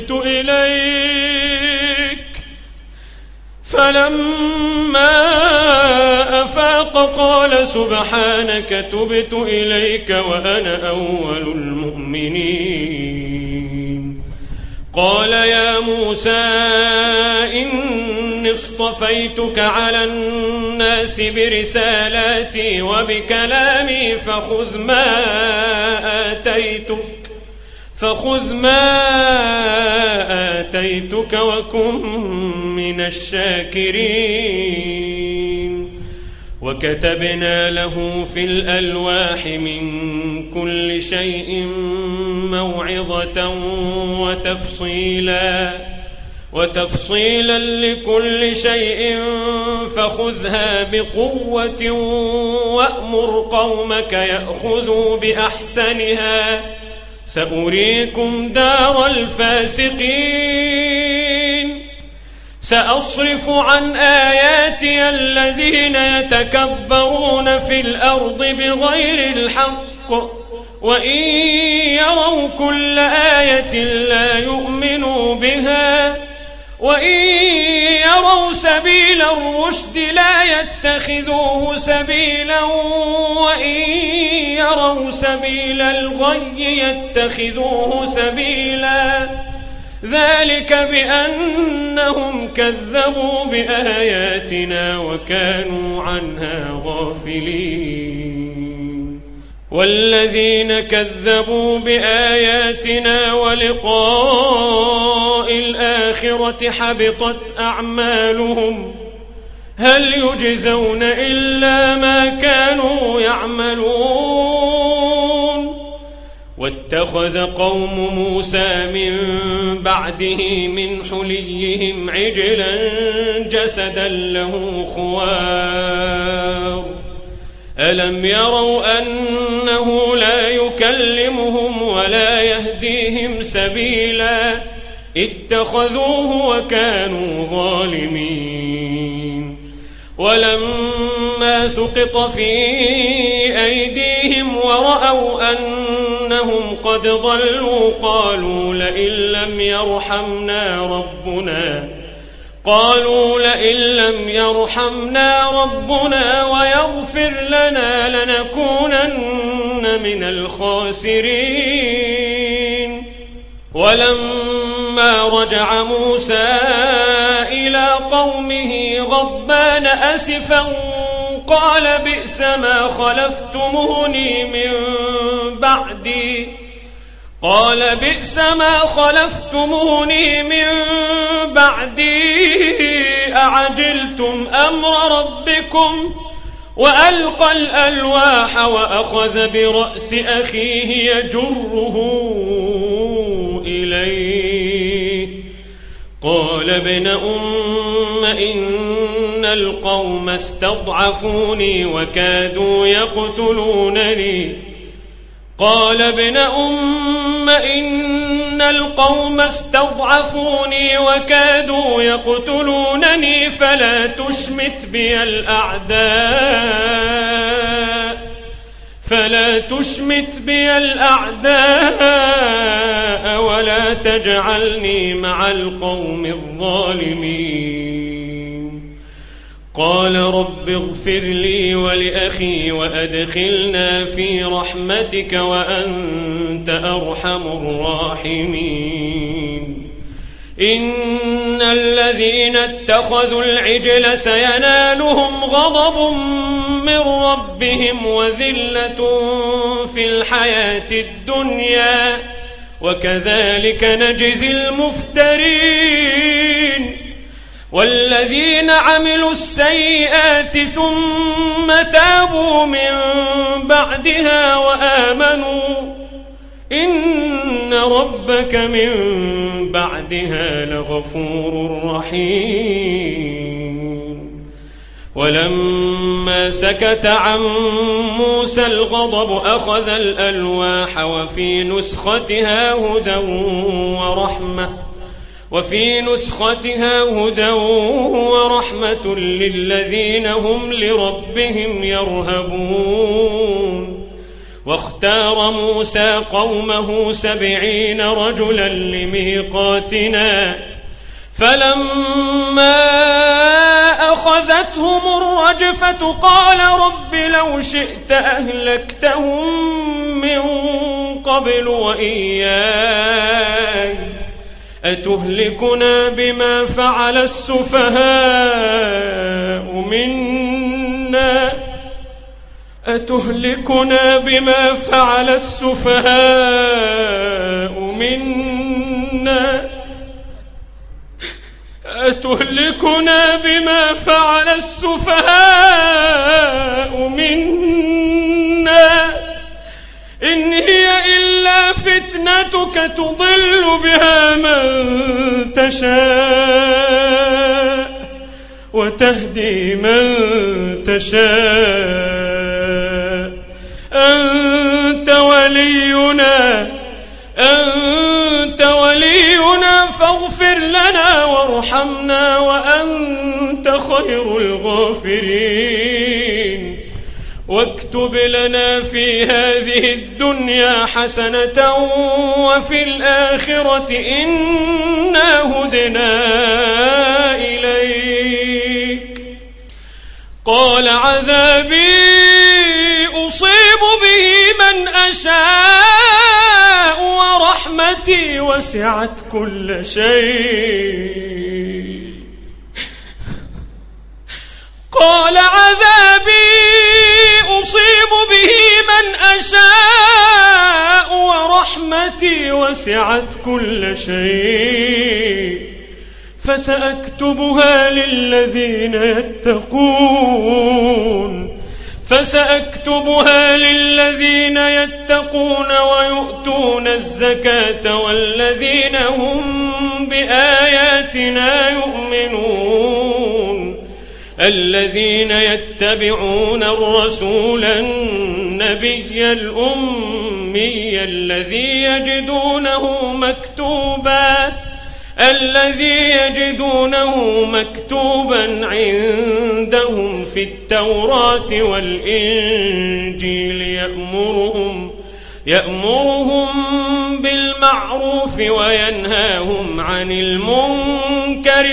تبت إليك وأنا أول المؤمنين قال يا موسى إني اصطفيتك على الناس برسالاتي وبكلامي فخذ ما آتيتك وكن من الشاكرين وكتبنا له في الألواح من كل شيء موعظة وتفصيلا لكل شيء فخذها بقوة وأمر قومك يأخذوا بأحسنها سأريكم دار الفاسقين سأصرف عن آياتي الذين يتكبرون في الأرض بغير الحق وإن يروا كل آية لا يؤمنوا بها وإن يروا سبيل الرشد لا يتخذوه سبيلا وإن يروا سبيل الغي يتخذوه سبيلا ذلك بأنهم كذبوا بآياتنا وكانوا عنها غافلين والذين كذبوا بآياتنا ولقاء الآخرة حبطت أعمالهم هل يجزون إلا ما كانوا يعملون واتخذ قوم موسى من بعده من حليهم عجلا جسدا له خوار ألم يروا أنه لا يكلمهم ولا يهديهم سبيلا اتخذوه وكانوا ظالمين ولما سقط في أيديهم ورأوا أنهم قد ضلوا قالوا لئن لم يرحمنا ربنا ويغفر لنا لنكونن من الخاسرين ولما رجع موسى إلى قومه غضبان أسفا قال بئس ما خلفتموني من بعدي أعجلتم أمر ربكم وألقى الألواح وأخذ برأس أخيه يجره إليه قال ابن أم إن القوم استضعفوني وكادوا يقتلونني فلا تشمت بي الأعداء ولا تجعلني مع القوم الظالمين قال رب اغفر لي ولأخي وأدخلنا في رحمتك وأنت أرحم الراحمين إن الذين اتخذوا العجل سينالهم غضب من ربهم وذلة في الحياة الدنيا وكذلك نجزي المفترين والذين عملوا السيئات ثم تابوا من بعدها وآمنوا إن ربك من بعدها لغفور رحيم. ولما سكت عن موسى الغضب أخذ الألواح وفي نسختها هدى ورحمة للذين هم لربهم يرهبون. واختار موسى قومه 70 رجلا لميقاتنا فلما أخذتهم الرجفة قال رب لو شئت أهلكتهم من قبل وإياي أتهلكنا بما فعل السفهاء منا إن هي إلا فتنتك تضل بها من تشاء وتهدي من تشاء أنت ولينا فاغفر لنا وارحمنا وأنت خير الغافرين. واكتب لنا في هذه الدنيا حسنة وفي الآخرة إنا هدنا إليك. قال عذابي أصيب به من أشاء ورحمتي وسعت كل شيء. قال عذابي أصيب به من أشاء ورحمتي وسعت كل شيء فسأكتبها للذين يتقون ويؤتون الزكاة والذين هم بآياتنا يؤمنون. الذين يتبعون الرسول النبي الأمي الذي يجدونه مكتوبا عندهم في التوراة والإنجيل يأمرهم بالمعروف وينهاهم عن المنكر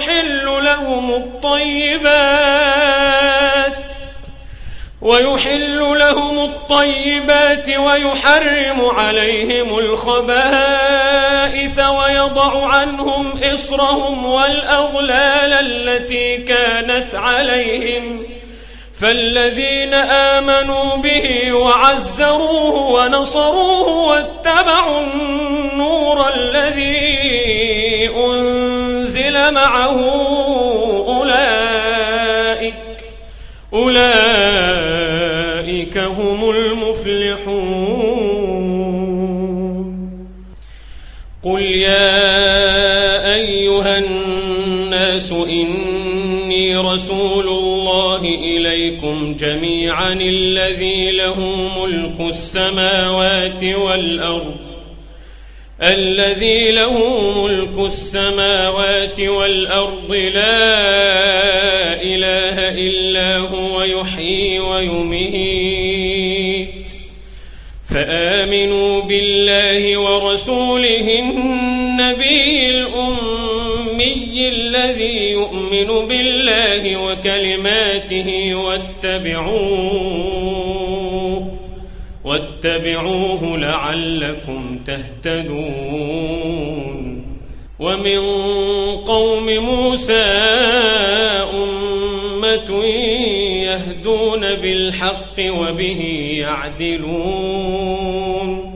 ويحل لهم الطيبات ويحرم عليهم الخبائث ويضع عنهم إصرهم والأغلال التي كانت عليهم. فالذين آمنوا به وعزروه ونصروه واتبعوا النور الذي أنزل معه أولئك هم المفلحون. قل يا أيها الناس إني رسول الله إليكم جميعا الذي له ملك السماوات والأرض لا إله إلا هو يحيي ويميت. فآمنوا بالله ورسوله النبي الأمي الذي يؤمن بالله وكلماته واتبعوه لعلكم تهتدون. ومن قوم موسى أمة يهدون بالحق وبه يعدلون.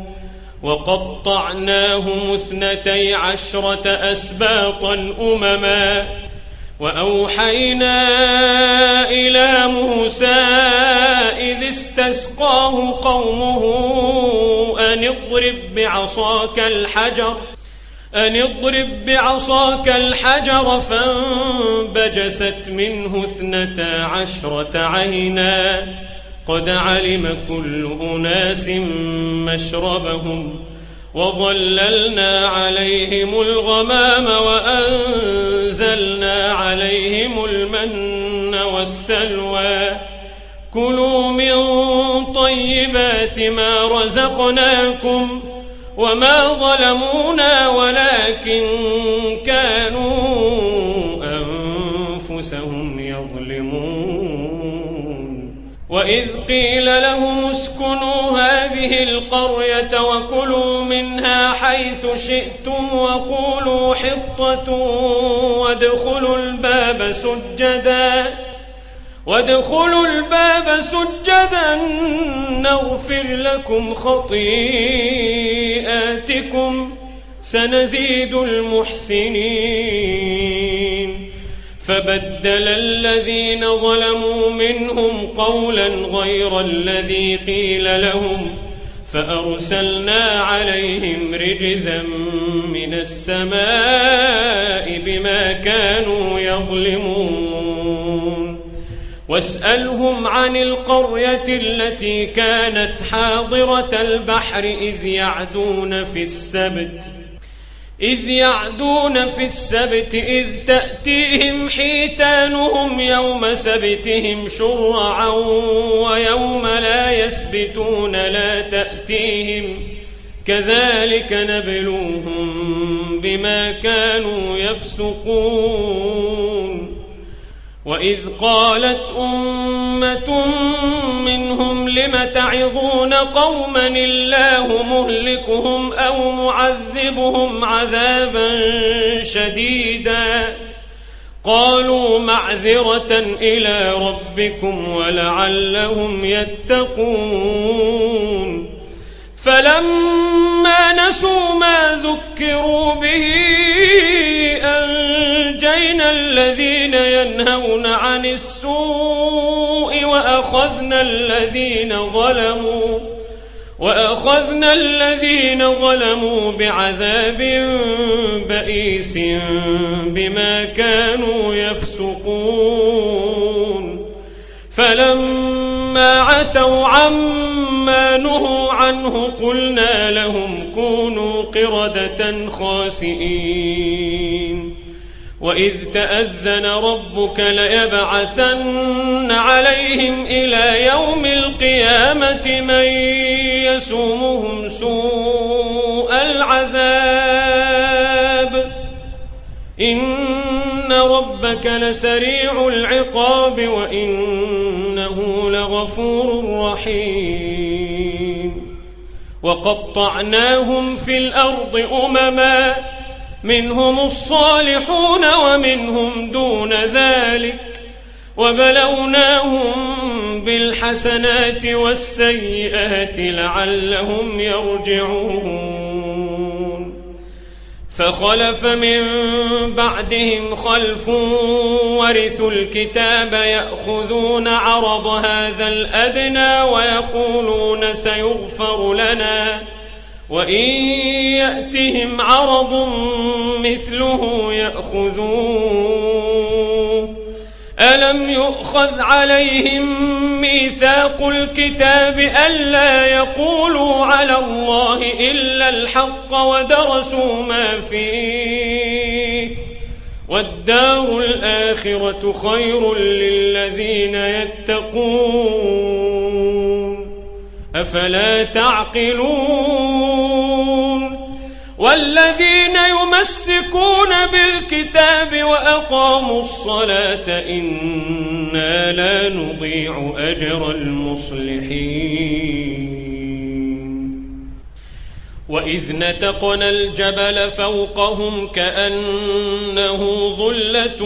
وقطعناهم 12 أسباطا أمما وأوحينا إلى موسى إذ استسقاه قومه أن اضرب بعصاك الحجر فانبجست منه 12 عينا قد علم كل أناس مشربهم وظللنا عليهم الغمام وأنزلنا عليهم المن والسلوى كلوا من طيبات ما رزقناكم وما ظلمونا ولكن كانوا أنفسهم يظلمون وإذ قيل لهم اسكنوا هذه القرية وكلوا منها حيث شئتم وقولوا حطة وادخلوا الباب سجدا نغفر لكم خطيئاتكم سنزيد المحسنين فبدل الذين ظلموا منهم قولا غير الذي قيل لهم فأرسلنا عليهم رجزا من السماء بما كانوا يظلمون واسألهم عن القرية التي كانت حاضرة البحر إذ يعدون في السبت إذ تأتيهم حيتانهم يوم سبتهم شرعا ويوم لا يسبتون لا تأتيهم كذلك نبلوهم بما كانوا يفسقون وإذ قالت أمة منهم لم تعظون قوما الله مهلكهم أو معذبهم عذابا شديدا قالوا معذرة إلى ربكم ولعلهم يتقون فلما نسوا ما ذكروا به أنجينا الذين ينهون عن السوء وأخذنا الذين ظلموا بعذاب بئيس بما كانوا يفسقون فلما عتوا عما نهوا عنه قلنا لهم كونوا قردة خاسئين وإذ تأذن ربك ليبعثن عليهم إلى يوم القيامة من يسومهم سوء العذاب إن ربك لسريع العقاب وإنه لغفور رحيم وقطعناهم في الأرض أمما منهم الصالحون ومنهم دون ذلك وبلوناهم بالحسنات والسيئات لعلهم يرجعون فخلف من بعدهم خلف ورثوا الكتاب يأخذون عرض هذا الأدنى ويقولون سيغفر لنا وإن يأتهم عرض مثله يأخذوه ألم يؤخذ عليهم ميثاق الكتاب ألا يقولوا على الله إلا الحق ودرسوا ما فيه والدار الآخرة خير للذين يتقون أفلا تعقلون والذين يمسكون بالكتاب وأقاموا الصلاة إنا لا نضيع أجر المصلحين وإذ نتقنا الجبل فوقهم كأنه ظلة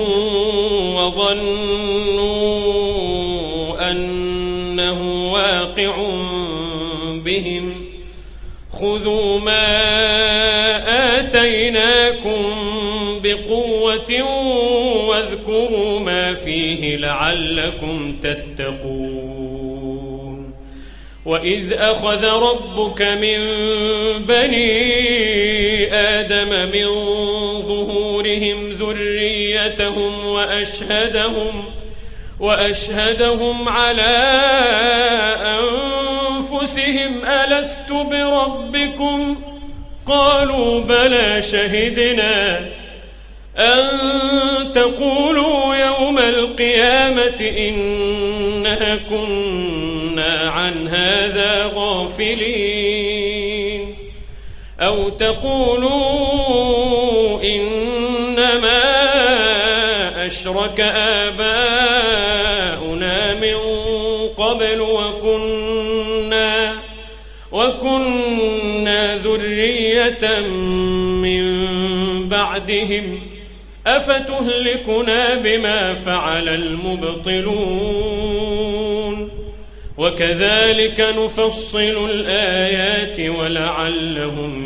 وظنوا أنه واقع بهم خذوا ما آتيناكم بقوة واذكروا ما فيه لعلكم تتقون. وإذ أخذ ربك من بني آدم من ظهورهم ذريتهم وأشهدهم على أنفسهم ألست بربكم قالوا بلى شهدنا أن تقولوا يوم القيامة إنا كنا عن هذا غافلين أو تقولوا إنما أشرك آباؤنا من قبل وكنا ذرية من بعدهم أفتهلكنا بما فعل المبطلون وكذلك نفصل الآيات ولعلهم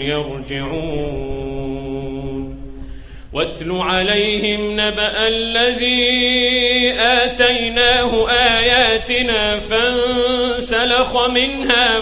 يرجعون. واتل عليهم نبأ الذي آتيناه آياتنا فانسلخ منها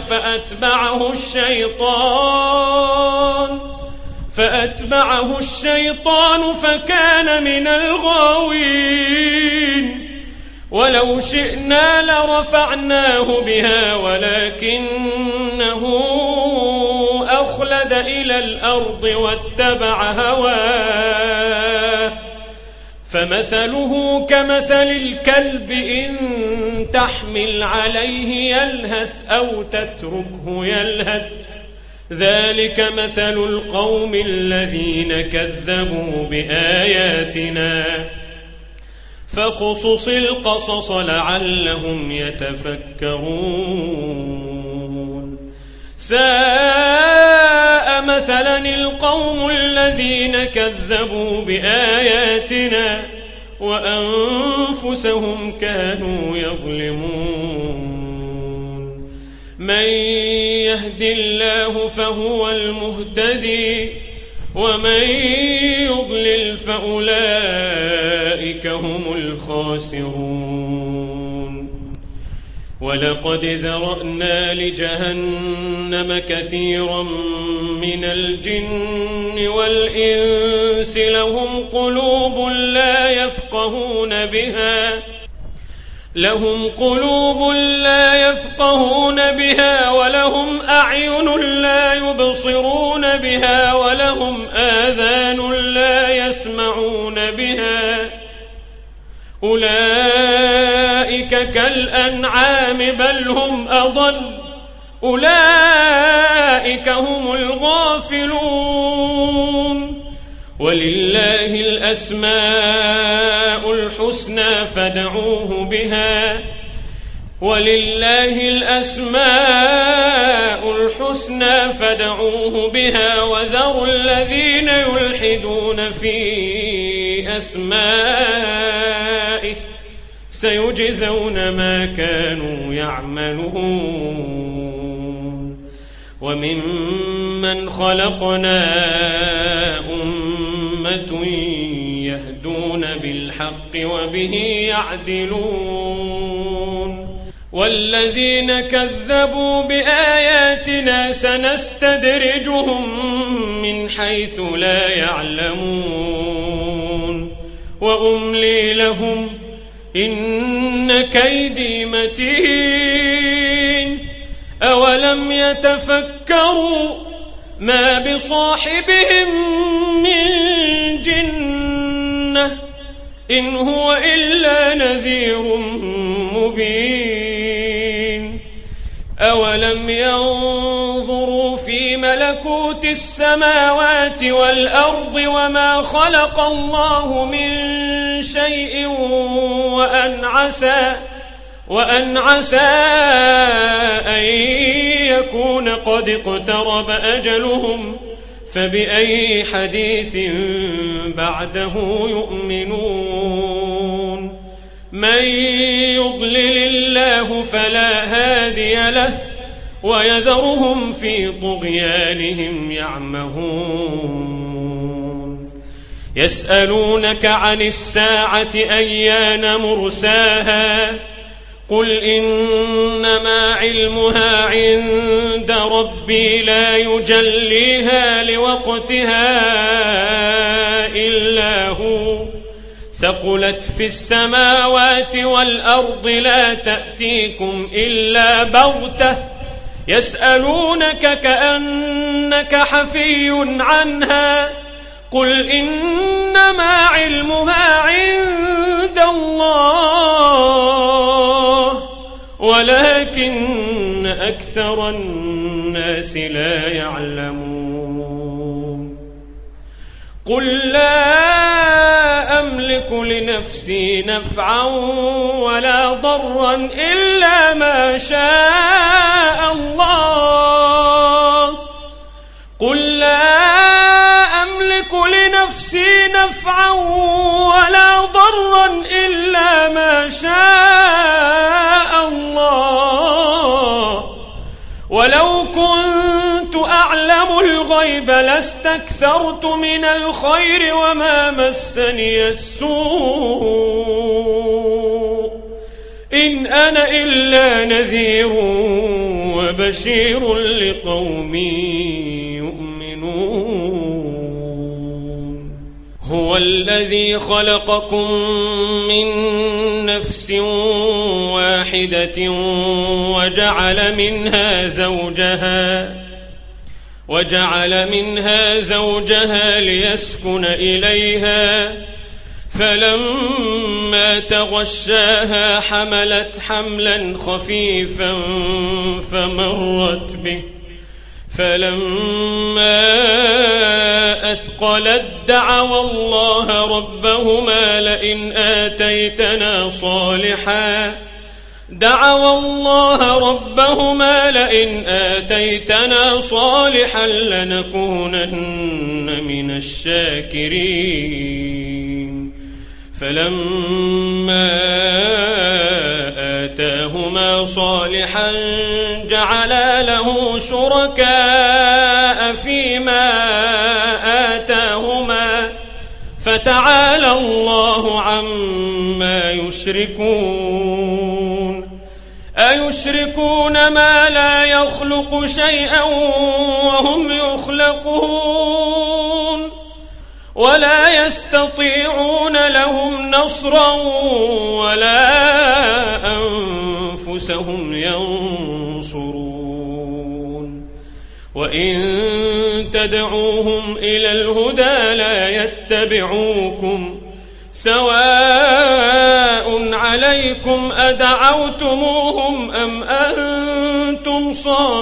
فأتبعه الشيطان فكان من الغاوين. ولو شئنا لرفعناه بها ولكنه أخلد إلى الأرض واتبع هواه فمثله كمثل الكلب إن تحمل عليه يلهث أو تتركه يلهث ذلك مثل القوم الذين كذبوا بآياتنا فاقصص القصص لعلهم يتفكرون. ساء مثلا القوم الذين كذبوا بآياتنا وأنفسهم كانوا يظلمون. من يهد الله فهو المهتدي ومن يضلل فأولئك هم الخاسرون. ولقد ذرأنا لجهنم كثيرا من الجن والإنس لهم قلوب لا يفقهون بها ولهم أعين لا يبصرون بها ولهم آذان لا يسمعون بها أولئك كالأنعام بل هم أضل أولئك هم الغافلون. ولله الأسماء الحسنى فادعوه بها وذروا الذين يلحدون في أسمائه سيجزون ما كانوا يعملون. وممن خلقنا أمة يهدون بالحق وبه يعدلون. والذين كذبوا بآياتنا سنستدرجهم من حيث لا يعلمون وأملي لهم إن كيدي متين. أولم يتفكروا ما بصاحبهم من جنة إن هو إلا نذير مبين. أولم ينظروا في ملكوت السماوات والأرض وما خلق الله من شيء وأن عسى أن يكون قد اقترب أجلهم فبأي حديث بعده يؤمنون. من يضلل الله فلا هادي له ويذرهم في طغيانهم يعمهون. يسألونك عن الساعة أيان مرساها قل إنما علمها عند ربي لا يجليها لوقتها إلا هو ثقلت في السماوات والأرض لا تأتيكم إلا بغتة يسألونك كأنك حفي عنها قل إنما علمها عند الله ولكن أكثر الناس لا يعلمون قل لا أملك لنفسي نفعا ولا ضرا إلا ما شاء الله قل لا أملك لنفسي نفعا ولا ضرا إلا ما شاء الله ولو كنت أعلم الغيب لاستكثرت من الخير وما مسني السوء إن أنا إلا نذير وبشير لقوم يؤمنون هو الذي خلقكم من نفس واحدة وجعل منها زوجها ليسكن إليها فلما تغشاها حملت حملا خفيفا فمرت به فلما أثقلت دعوا الله ربهما لئن آتيتنا صالحا لنكونن من الشاكرين فلما آتاهما صالحا جعلا له شركاء فيما آتاهما فتعالى الله عما يشركون أيشركون ما لا يخلق شيئا وهم يخلقون ولا يستطيعون لهم نصرا ولا أنفسهم ينصرون وإن تدعوهم إلى الهدى لا يتبعوكم سواء عليكم أدعوتموهم أم أنتم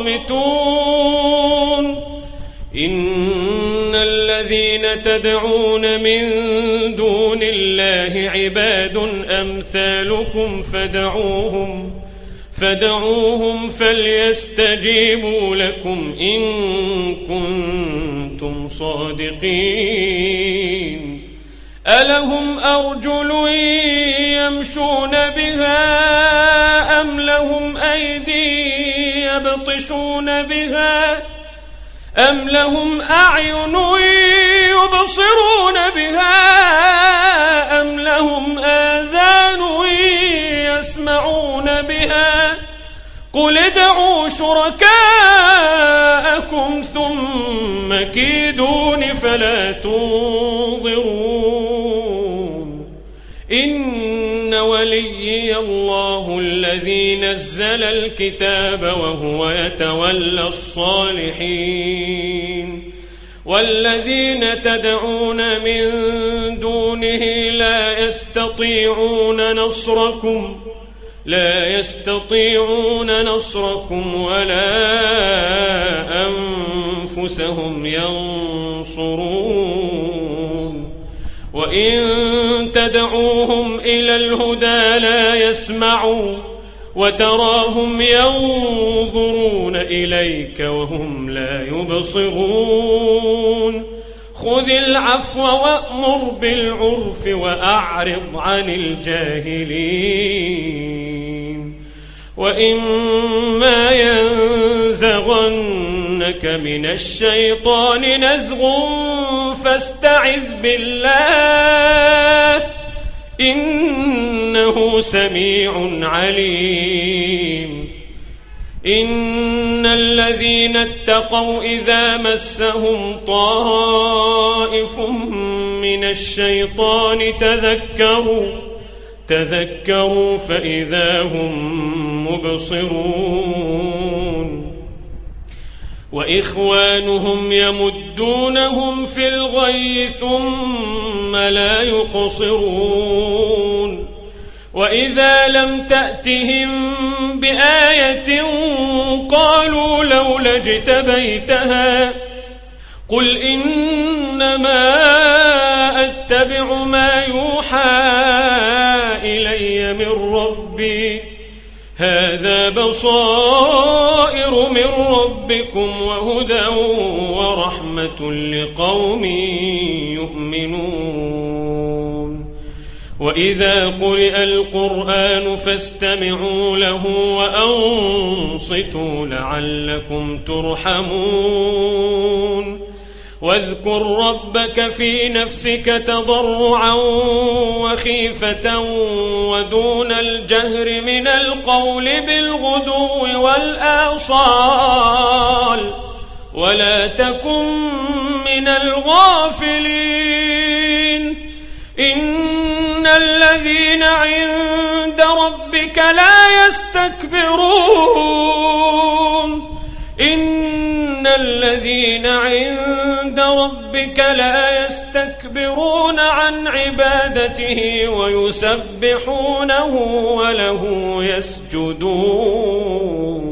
صامتون إن الذين تدعون من دون الله عباد أمثالكم فدعوهم فليستجيبوا لكم إن كنتم صادقين ألهم أرجل يمشون بها أم لهم أيدي يبطشون بها أم لهم أعين يبصرون بها أم لهم آذان يسمعون بها قل ادعوا شركاءكم ثم كيدون فلا تنظرون إن وليي الله الذي نزل الكتاب وهو يتولى الصالحين والذين تدعون من دونه لا يستطيعون نصركم ولا أنفسهم ينصرون وإن تدعوهم إلى الهدى لا يسمعوا وتراهم ينظرون إليك وهم لا يبصرون خذ العفو وأمر بالعرف وأعرض عن الجاهلين وإما ينزغنك من الشيطان نزغ فاستعذ بالله إنه سميع عليم. إن الذين اتقوا إذا مسهم طائف من الشيطان تذكروا فإذا هم مبصرون. وإخوانهم يمدونهم في الغي ثم لا يقصرون. وإذا لم تأتهم بآية قالوا لولا اجتبيتها قل إنما أتبع ما يوحى إلي من ربي هذا بصائر من ربكم وهدى ورحمة لقوم يؤمنون. وإذا قرئ القرآن فاستمعوا له وأنصتوا لعلكم ترحمون. واذكر ربك في نفسك تضرعا وخيفة ودون الجهر من القول بالغدو والآصال ولا تكن من الغافلين. إن الذين عند ربك لا يستكبرون عن عبادته ويسبحونه وله يسجدون.